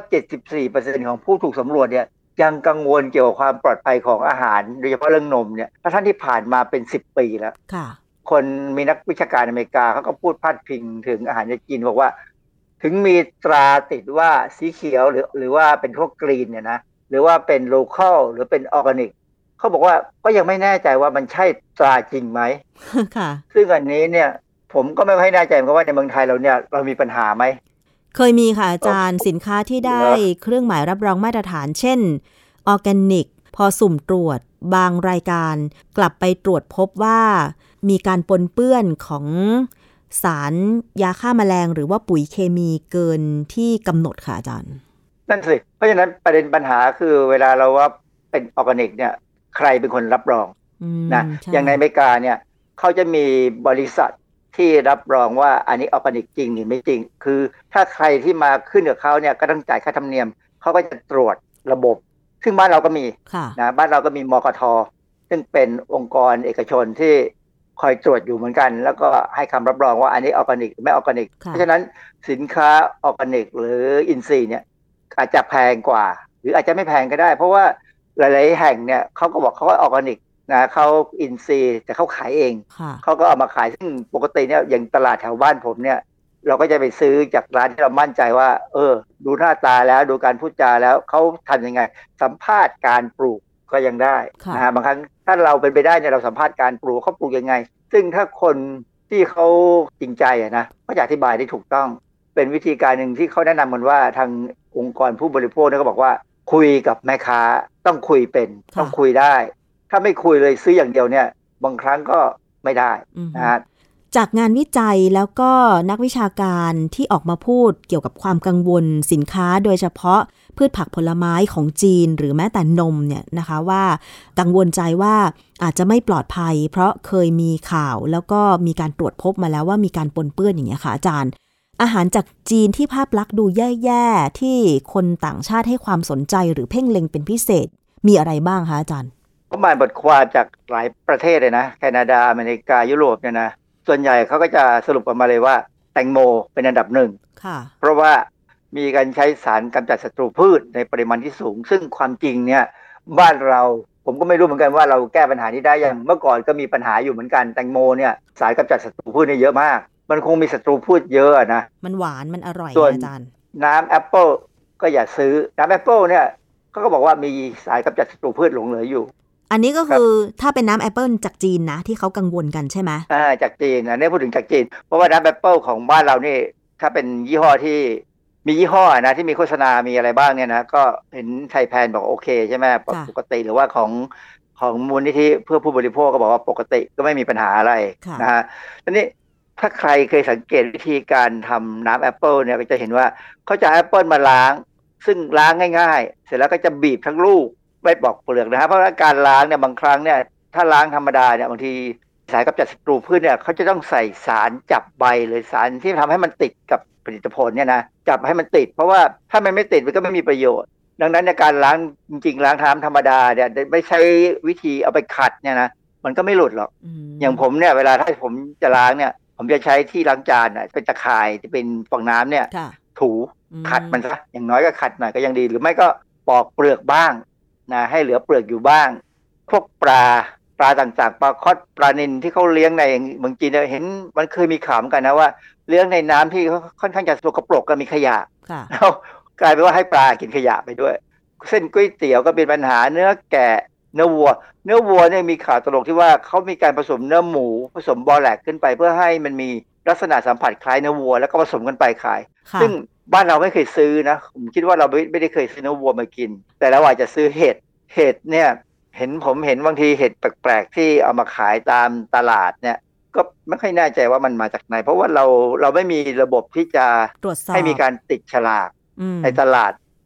74% ของผู้ถูกสำรวจเนี่ยยังกังวลเกี่ยวกับความปลอดภัยของอาหารโดยเฉพาะเรื่องนมเนี่ยท่านที่ผ่านมาเป็น10 ปีแล้วคนมีนักวิชาการอเมริกาเขาก็พูดพาดพิงถึงอาหารจีนบอกว่าถึงมีตราติดว่าสีเขียวหรือว่าเป็นพวกกรีนเนี่ยนะหรือว่าเป็นโลคอลหรือเป็นออร์แกนิกเขาบอกว่าก็ยังไม่แน่ใจว่ามันใช่ตราจริงไหมค่ะซึ่งอันนี้เนี่ยผมก็ไม่ค่อยแน่ใจเหมือนกันว่าในเมืองไทยเราเนี่ยเรามีปัญหาไหมเคยมีค่ะอาจารย์สินค้าที่ได้เครื่องหมายรับรองมาตรฐานเช่นออร์แกนิกพอสุ่มตรวจบางรายการกลับไปตรวจพบว่ามีการปนเปื้อนของสารยาฆ่าแมลงหรือว่าปุ๋ยเคมีเกินที่กำหนดค่ะอาจารย์นั่นสิเพราะฉะนั้นประเด็นปัญหาคือเวลาเราว่าเป็นออร์แกนิกเนี่ยใครเป็นคนรับรองนะอย่างในอเมริกาเนี่ยเขาจะมีบริษัทที่รับรองว่าอันนี้ออร์แกนิกจริงหรือไม่จริงคือถ้าใครที่มาขึ้นกับเขาเนี่ยก็ต้องจ่ายค่าธรรมเนียมเขาก็จะตรวจระบบซึ่งบ้านเราก็มีนะบ้านเราก็มีมกท.ซึ่งเป็นองค์กรเอกชนที่คอยตรวจอยู่เหมือนกันแล้วก็ให้คำรับรองว่าอันนี้ออร์แกนิกหรือไม่ออร์แกนิกเพราะฉะนั้นสินค้าออร์แกนิกหรืออินทรีย์เนี่ยอาจจะแพงกว่าหรืออาจจะไม่แพงก็ได้เพราะว่าหลายๆแห่งเนี่ยเขาก็บอกเขาว่าออร์แกนิกนะเขาอินทรีย์แต่เขาขายเองเขาก็เอามาขายซึ่งปกติเนี่ยอย่างตลาดแถวบ้านผมเนี่ยเราก็จะไปซื้อจากร้านที่เรามั่นใจว่าดูหน้าตาแล้วดูการพูดจาแล้วเขาทำยังไงสัมภาษณ์การปลูกก็ยังได้บางครั้งถ้าเราเป็นไปได้เนี่ยเราสัมภาษณ์การปลูกเขาปลูกยังไงซึ่งถ้าคนที่เขาจริงใจนะเขาจะอธิบายได้ถูกต้องเป็นวิธีการหนึ่งที่เขาแนะนำกันว่าทางองค์กรผู้บริโภคเนี่ยก็บอกว่าคุยกับแม่ค้าต้องคุยเป็นต้องคุยได้ถ้าไม่คุยเลยซื้ออย่างเดียวเนี่ยบางครั้งก็ไม่ได้นะจากงานวิจัยแล้วก็นักวิชาการที่ออกมาพูดเกี่ยวกับความกังวลสินค้าโดยเฉพาะพืชผักผลไม้ของจีนหรือแม้แต่นมเนี่ยนะคะว่ากังวลใจว่าอาจจะไม่ปลอดภัยเพราะเคยมีข่าวแล้วก็มีการตรวจพบมาแล้วว่ามีการปนเปื้อนอย่างเงี้ยค่ะอาจารย์อาหารจากจีนที่ภาพลักษณ์ดูแย่ๆที่คนต่างชาติให้ความสนใจหรือเพ่งเล็งเป็นพิเศษมีอะไรบ้างคะอาจารย์ก็มาบทความจากหลายประเทศเลยนะแคนาดาอเมริกายุโรปเนี่ยนะส่วนใหญ่เขาก็จะสรุปออกมาเลยว่าแตงโมเป็นอันดับหนึ่งเพราะว่ามีการใช้สารกำจัดศัตรูพืชในปริมาณที่สูงซึ่งความจริงเนี่ยบ้านเราผมก็ไม่รู้เหมือนกันว่าเราแก้ปัญหานี้ได้อย่างเมื่อก่อนก็มีปัญหาอยู่เหมือนกันแตงโมเนี่ยสารกำจัดศัตรูพืชเนี่ยเยอะมากมันคงมีศัตรูพืชเยอะนะมันหวานมันอร่อยอาจารย์น้ำแอปเปิลก็อย่าซื้อน้ำแอปเปิลเนี่ยเขาก็บอกว่ามีสารกำจัดศัตรูพืชหลงเหลืออยู่อันนี้ก็คือถ้าเป็นน้ำแอปเปิลจากจีนนะที่เขากังวลกันใช่ไหมจากจีนอันนี้พูดถึงจากจีนเพราะว่าน้ำแอปเปิลของบ้านเรานี่ถ้าเป็นยี่ห้อที่มียี่ห้อนะที่มีโฆษณามีอะไรบ้างเนี่ยนะก็เห็นไทยแพนบอกโอเคใช่ไหมปกติหรือว่าของมูลนิธิเพื่อผู้บริโภคก็บอกว่าปกติก็ไม่มีปัญหาอะไรนะฮะทีนี้ถ้าใครเคยสังเกตวิธีการทำน้ำแอปเปิลเนี่ยก็จะเห็นว่าเขาจะแอปเปิลมาล้างซึ่งล้างง่ายๆเสร็จแล้วก็จะบีบทั้งลูกไม่ปอกเปลือกนะฮะเพราะว่าการล้างเนี่ยบางครั้งเนี่ยถ้าล้างธรรมดาเนี่ยบางทีสารกำจัดศัตรูพืชเนี่ยเขาจะต้องใส่สารจับใบหรือสารที่ทำให้มันติดกับผลิตผลเนี่ยนะจับให้มันติดเพราะว่าถ้ามันไม่ติดมันก็ไม่มีประโยชน์ดังนั้นในการล้างจริงๆล้างน้ำธรรมดาเนี่ยไม่ใช้วิธีเอาไปขัดเนี่ยนะมันก็ไม่หลุดหรอกอย่างผมเนี่ยเวลาถ้าผมจะล้างเนี่ยผมจะใช้ที่ล้างจานเป็นตะข่ายที่เป็นฟองน้ำเนี่ยถูขัดมันซะอย่างน้อยก็ขัดหน่อยก็ยังดีหรือไม่ก็ปอกเปลือกบ้างนะให้เหลือเปลือกอยู่บ้างพวกปลาต่างๆปลาคอดปลานิลที่เขาเลี้ยงในเมืองจีนเห็นมันเคยมีข่าวกันนะว่าเลี้ยงในน้ำที่ค่อนข้างจะสกปรกก็มีขยะแล้วกลายเป็นว่าให้ปลากินขยะไปด้วยเส้นก๋วยเตี๋ยวก็เป็นปัญหาเนื้อแกะเนื้อวัวเนี่ยมีข่าวตลกที่ว่าเขามีการผสมเนื้อหมูผสมบอแลกขึ้นไปเพื่อให้มันมีลักษณะสัมผัสคล้ายเนื้อวัวแล้วก็ผสมกันไปขายซึ่งบ้านเราไม่เคยซื้อนะผมคิดว่าเราไม่ได้เคยซื้อเนื้อวัวมากินแต่เราอาจจะซื้อเห็ดเนี่ยผมเห็นบางทีเห็ดแปลกๆที่เอามาขายตามตลาดเนี่ยก็ไม่ค่อยแน่ใจว่ามันมาจากไหนเพราะว่าเราไม่มีระบบที่จะให้มีการติดฉลากในตลาด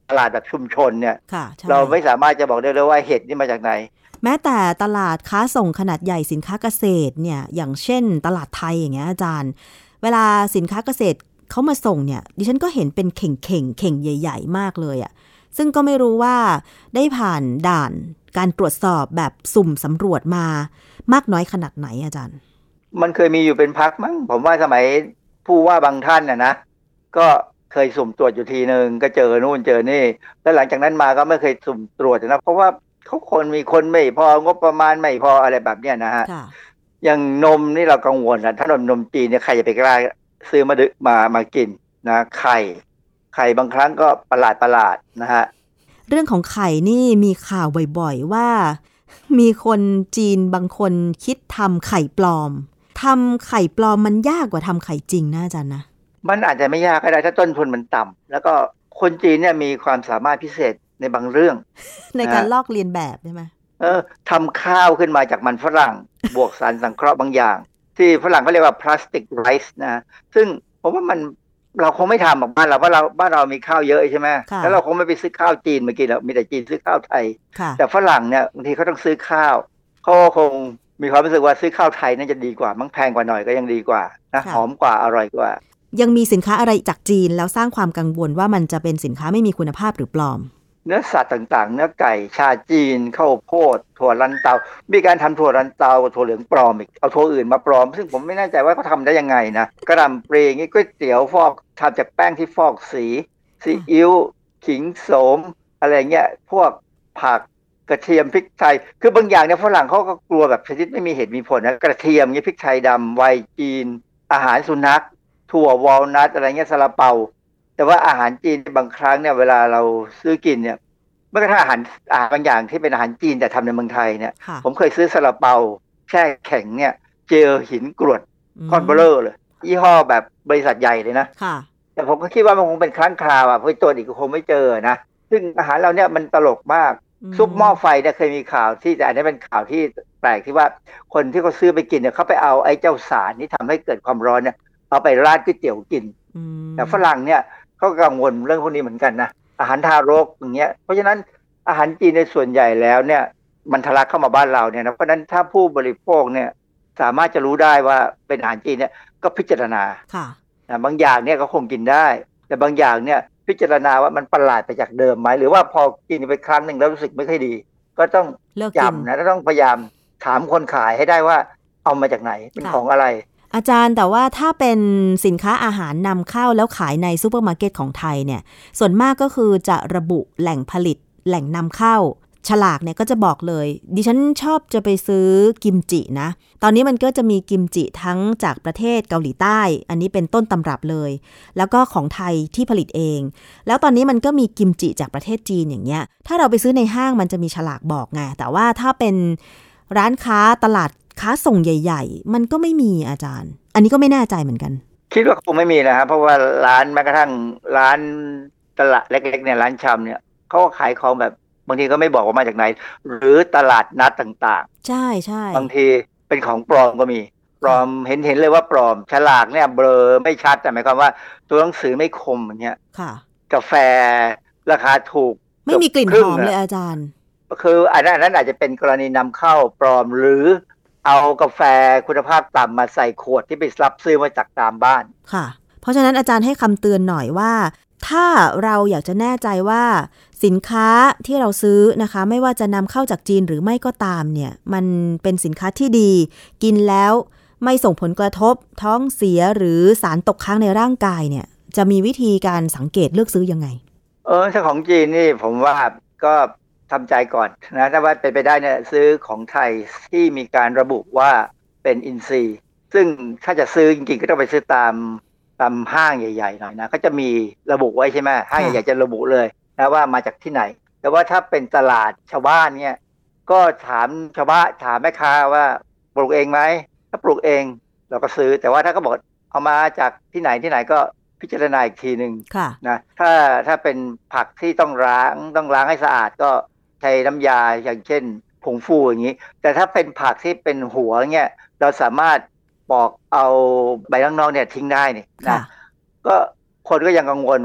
ตลาดแบบชุมชนเนี่ยเราไม่สามารถจะบอกได้เลยว่าเห็ดนี่มาจากไหนแม้แต่ตลาดค้าส่งขนาดใหญ่สินค้าเกษตรเนี่ยอย่างเช่นตลาดไทยอย่างเงี้ยอาจารย์เวลาสินค้าเกษตรเขามาส่งเนี่ยดิฉันก็เห็นเป็นเข่งใหญ่ๆมากเลยอ่ะซึ่งก็ไม่รู้ว่าได้ผ่านด่านการตรวจสอบแบบสุ่มสำรวจมามากน้อยขนาดไหนอาจารย์มันเคยมีอยู่เป็นพักมั้งผมว่าสมัยผู้ว่าบางท่านนะก็เคยสุ่มตรวจอยู่ทีนึงก็เจอนู่นเจอนี่แล้วหลังจากนั้นมาก็ไม่เคยสุ่มตรวจนะเพราะว่าเขามีคนไม่พองบประมาณไม่พออะไรแบบเนี้ยนะฮะอย่างนมนี่เรากังวลนะถ้านมจีนเนี่ยใครจะไปกล้าซื้อมากินนะไข่บางครั้งก็ประหลาดนะฮะเรื่องของไข่นี่มีข่าวบ่อยๆว่ามีคนจีนบางคนคิดทำไข่ปลอมทำไข่ปลอมมันยากกว่าทำไข่จริงนะอาจารย์นะมันอาจจะไม่ยากก็ได้ถ้าต้นทุนมันต่ำแล้วก็คนจีนเนี่ยมีความสามารถพิเศษในบางเรื่องในการลอกเลียนแบบใช่ไหมทำข้าวขึ้นมาจากมันฝรั่ง บวกสารสังเคราะห์บางอย่างที่ฝรั่งเขาเรียกว่าพลาสติกไรซ์นะซึ่งผมว่าเราคงไม่ทำบ้านเราเพราะบ้านเรามีข้าวเยอะใช่ไหมแล้วเราคงไม่ไปซื้อข้าวจีนมากินหรอกมีแต่จีนซื้อข้าวไทยแต่ฝรั่งเนี่ยบางทีเขาต้องซื้อข้าวเขาคงมีความรู้สึกว่าซื้อข้าวไทยน่าจะดีกว่ามั้งแพงกว่าหน่อยก็ยังดีกว่านะหอมกว่าอร่อยกว่ายังมีสินค้าอะไรจากจีนแล้วสร้างความกังวลว่ามันจะเป็นสินค้าไม่มีคุณภาพหรือปลอมเนื้อสัตว์ต่างๆเนื้อไก่ชาจีนข้าวโพดถั่วลันเตามีการทำถั่วลันเตากับถั่วเหลืองปลอมอีกเอาถั่วอื่นมาปลอมซึ่งผมไม่แน่ใจว่าเขาทำได้ยังไงนะกระหล่ำปลีงี้ก๋วยเตี๋ยวฟอกทำจากแป้งที่ฟอกสีซีอิ๊วขิงโสมอะไรเงี้ยพวกผักกระเทียมพริกไทยคือบางอย่างเนี่ยฝรั่งเขาก็กลัวแบบชนิดไม่มีเหตุมีผลนะกระเทียมงี้พริกไทยดำไวน์จีนอาหารสุนัขถั่ววอลนัทอะไรเงี้ยซาลาเปาแต่ว่าอาหารจีนบางครั้งเนี่ยเวลาเราซื้อกินเนี่ยเมื่อกระทั่งอาหารบางอย่างที่เป็นอาหารจีนแต่ทำในเมืองไทยเนี่ยผมเคยซื้อซาลาเปาแช่แข็งเนี่ยเจอหินกรวดก้อนเบลอเลยยี่ห้อแบบบริษัทใหญ่เลยนะแต่ผมก็คิดว่ามันคงเป็นครั้งคราวอ่ะเพราะตัวอีกก็คงไม่เจอนะซึ่งอาหารเราเนี่ยมันตลกมากซุปหม้อไฟเนี่ยเคยมีข่าวที่แต่อันนี้เป็นข่าวที่แปลกที่ว่าคนที่เขาซื้อไปกินเนี่ยเขาไปเอาไอ้เจ้าสารที่ทำให้เกิดความร้อนเนี่ยเอาไปราดก๋วยเตี๋ยวกินแต่ฝรั่งเนี่ยเขากังวลเรื่องพวกนี้เหมือนกันนะอาหารทารกอย่างเงี้ยเพราะฉะนั้นอาหารจีนในส่วนใหญ่แล้วเนี่ยมันทะลักเข้ามาบ้านเราเนี่ยนะเพราะฉะนั้นถ้าผู้บริโภคเนี่ยสามารถจะรู้ได้ว่าเป็นอาหารจีนเนี่ยก็พิจารณาบางอย่างเนี่ยก็คงกินได้แต่บางอย่างเนี่ยพิจารณาว่ามันประหลาดไปจากเดิมไหมหรือว่าพอกินไปครั้งหนึ่งแล้วรู้สึกไม่ค่อยดีก็ต้องจำนะต้องพยายามถามคนขายให้ได้ว่าเอามาจากไหนเป็นของอะไรอาจารย์แต่ว่าถ้าเป็นสินค้าอาหารนำเข้าแล้วขายในซูเปอร์มาร์เก็ตของไทยเนี่ยส่วนมากก็คือจะระบุแหล่งผลิตแหล่งนำเข้าฉลากเนี่ยก็จะบอกเลยดิฉันชอบจะไปซื้อกิมจินะตอนนี้มันก็จะมีกิมจิทั้งจากประเทศเกาหลีใต้อันนี้เป็นต้นตำรับเลยแล้วก็ของไทยที่ผลิตเองแล้วตอนนี้มันก็มีกิมจิจากประเทศจีนอย่างเงี้ยถ้าเราไปซื้อในห้างมันจะมีฉลากบอกไงแต่ว่าถ้าเป็นร้านค้าตลาดค้าส่งใหญ่ๆมันก็ไม่มีอาจารย์อันนี้ก็ไม่แน่ใจเหมือนกันคิดว่าคงไม่มีนะครับเพราะว่าร้านแม้กระทั่งร้านตลาดเล็กๆเนี่ยร้านชำเนี่ยเขาขายของแบบบางทีก็ไม่บอกว่ามาจากไหนหรือตลาดนัดต่างๆใช่ใช่บางทีเป็นของปลอมก็มีปลอมเห็นเลยว่าปลอมฉลากเนี่ยเบลอไม่ชัดแต่หมายความว่าตัวหนังสือไม่คมอย่างเงี้ยกาแฟราคาถูกไม่มีกลิ่นหอมเลยอาจารย์คืออันนั้นอาจจะเป็นกรณีนำเข้าปลอมหรือเอากาแฟคุณภาพต่ำมาใส่ขวดที่ไปรับซื้อมาจากตามบ้านค่ะเพราะฉะนั้นอาจารย์ให้คำเตือนหน่อยว่าถ้าเราอยากจะแน่ใจว่าสินค้าที่เราซื้อนะคะไม่ว่าจะนำเข้าจากจีนหรือไม่ก็ตามเนี่ยมันเป็นสินค้าที่ดีกินแล้วไม่ส่งผลกระทบท้องเสียหรือสารตกค้างในร่างกายเนี่ยจะมีวิธีการสังเกตเลือกซื้อยังไงถ้าของจีนนี่ผมว่าก็ทำใจก่อนนะถ้าว่าเป็นไปได้เนี่ยซื้อของไทยที่มีการระบุว่าเป็นอินทรีย์ซึ่งถ้าจะซื้อจริงๆก็ต้องไปซื้อตามห้างใหญ่ๆหน่อยนะเขาจะมีระบุไว้ใช่ไหมห้างใหญ่ๆจะระบุเลยนะว่ามาจากที่ไหนแต่ว่าถ้าเป็นตลาดชาวบ้านเนี่ยก็ถามชาวบ้านถามแม่ค้าว่าปลูกเองไหมถ้าปลูกเองเราก็ซื้อแต่ว่าถ้าเขาบอกเอามาจากที่ไหนก็พิจารณาอีกทีนึงนะถ้าเป็นผักที่ต้องล้างให้สะอาดก็ใช้น้ำยาอย่างเช่นผงฟูอย่างนี้แต่ถ้าเป็นผักที่เป็นหัวเนี่ยเราสามารถปอกเอาใบนอกๆเนี่ยทิ้งได้นี่นะก็คนก็ยังกังวลว่า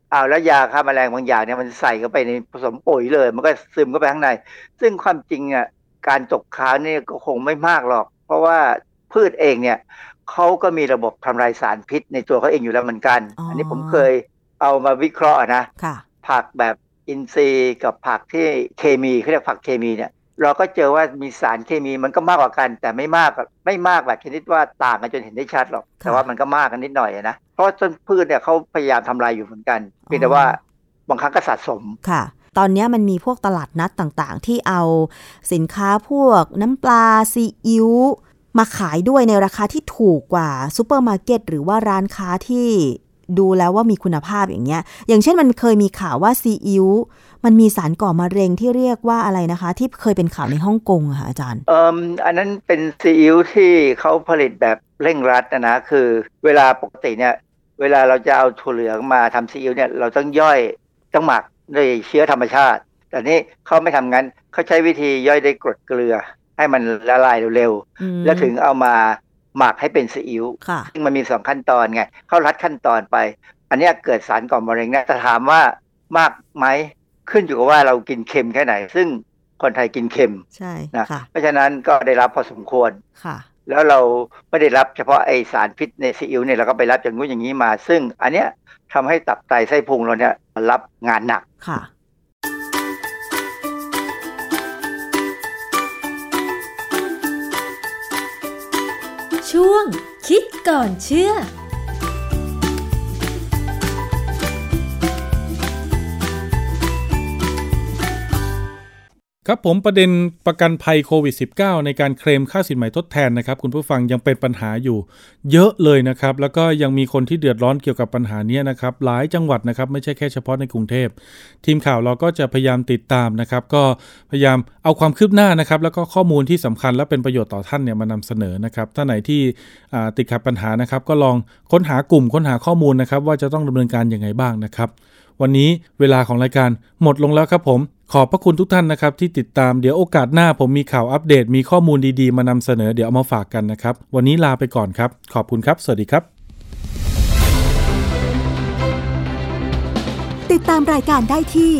แล้วยาฆ่าแมลงบางอย่างเนี่ยมันใส่เข้าไปในผสมปุ๋ยเลยมันก็ซึมเข้าไปข้างในซึ่งความจริงอ่ะการตกค้างนี่ก็คงไม่มากหรอกเพราะว่าพืชเองเนี่ยเขาก็มีระบบทำลายสารพิษในตัวเขาเองอยู่แล้วเหมือนกัน อันนี้ผมเคยเอามาวิเคราะห์นะผักแบบอินทรีย์กับผักที่เคมีเขาเรียกผักเคมีเนี่ยเราก็เจอว่ามีสารเคมีมันก็มากกว่ากันแต่ไม่มากแบบชนิดว่าต่างกันจนเห็นได้ชัดหรอกแต่ว่ามันก็มากกันนิดหน่อยนะเพราะต้นพืชเนี่ยเขาพยายามทำลายอยู่เหมือนกันเพียงแต่ว่าบางครั้งก็สะสมค่ะตอนนี้มันมีพวกตลาดนัดต่างๆที่เอาสินค้าพวกน้ำปลาซีอิ๊วมาขายด้วยในราคาที่ถูกกว่าซูเปอร์มาร์เก็ตหรือว่าร้านค้าที่ดูแล้วว่ามีคุณภาพอย่างเงี้ยอย่างเช่นมันเคยมีข่าวว่าซีอิ๊วมันมีสารก่อมะเร็งที่เรียกว่าอะไรนะคะที่เคยเป็นข่าวในฮ่องกงอะค่ะอาจารย์อันนั้นเป็นซีอิ๊วที่เขาผลิตแบบเร่งรัดนะคือเวลาปกติเนี่ยเวลาเราจะเอาถั่วเหลืองมาทำซีอิ๊วเนี่ยเราต้องย่อยต้องหมักด้วยเชื้อธรรมชาติแต่นี่เขาไม่ทำงั้นเขาใช้วิธีย่อยด้วยกรดเกลือให้มันละลายเร็วๆแล้วถึงเอามาหมักให้เป็นซีอิ๊วซึ่งมันมี2ขั้นตอนไงเขารัดขั้นตอนไปอันนี้เกิดสารก่อมะเร็งนะแต่ถามว่ามากไหมขึ้นอยู่กับว่าเรากินเค็มแค่ไหนซึ่งคนไทยกินเค็มใช่นะเพราะฉะนั้นก็ได้รับพอสมควรแล้วเราไม่ได้รับเฉพาะไอสารพิษในซีอิ๊วเนี่ยเราก็ไปรับอย่างนู้นอย่างนี้มาซึ่งอันเนี้ยทำให้ตับไตไส้พุงเราเนี่ยรับงานหนักค่ะช่วงคิดก่อนเชื่อครับผมประเด็นประกันภัยโควิด -19 ในการเคลมค่าสินใหม่ทดแทนนะครับคุณผู้ฟังยังเป็นปัญหาอยู่เยอะเลยนะครับแล้วก็ยังมีคนที่เดือดร้อนเกี่ยวกับปัญหานี้นะครับหลายจังหวัดนะครับไม่ใช่แค่เฉพาะในกรุงเทพทีมข่าวเราก็จะพยายามติดตามนะครับก็พยายามเอาความคืบหน้านะครับแล้วก็ข้อมูลที่สำคัญและเป็นประโยชน์ต่อท่านเนี่ยมานำเสนอนะครับถ้าไหนที่ติดขัดปัญหานะครับก็ลองค้นหากลุ่มค้นหาข้อมูลนะครับว่าจะต้องดำเนินการยังไงบ้างนะครับวันนี้เวลาของรายการหมดลงแล้วครับผมขอบพระคุณทุกท่านนะครับที่ติดตามเดี๋ยวโอกาสหน้าผมมีข่าวอัปเดตมีข้อมูลดีๆมานำเสนอเดี๋ยวเอามาฝากกันนะครับวันนี้ลาไปก่อนครับขอบคุณครับสวัสดีครับติดตามรายการได้ที่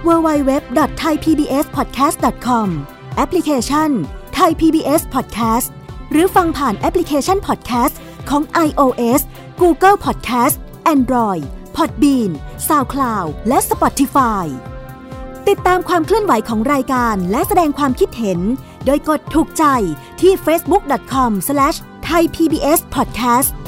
www.thaipbspodcast.com แอปพลิเคชัน Thai PBS Podcast หรือฟังผ่านแอปพลิเคชัน Podcast ของ iOS Google Podcast Android Podbean SoundCloud และ Spotify ติดตามความเคลื่อนไหวของรายการและแสดงความคิดเห็นโดยกดถูกใจที่ facebook.com/thaipbspodcast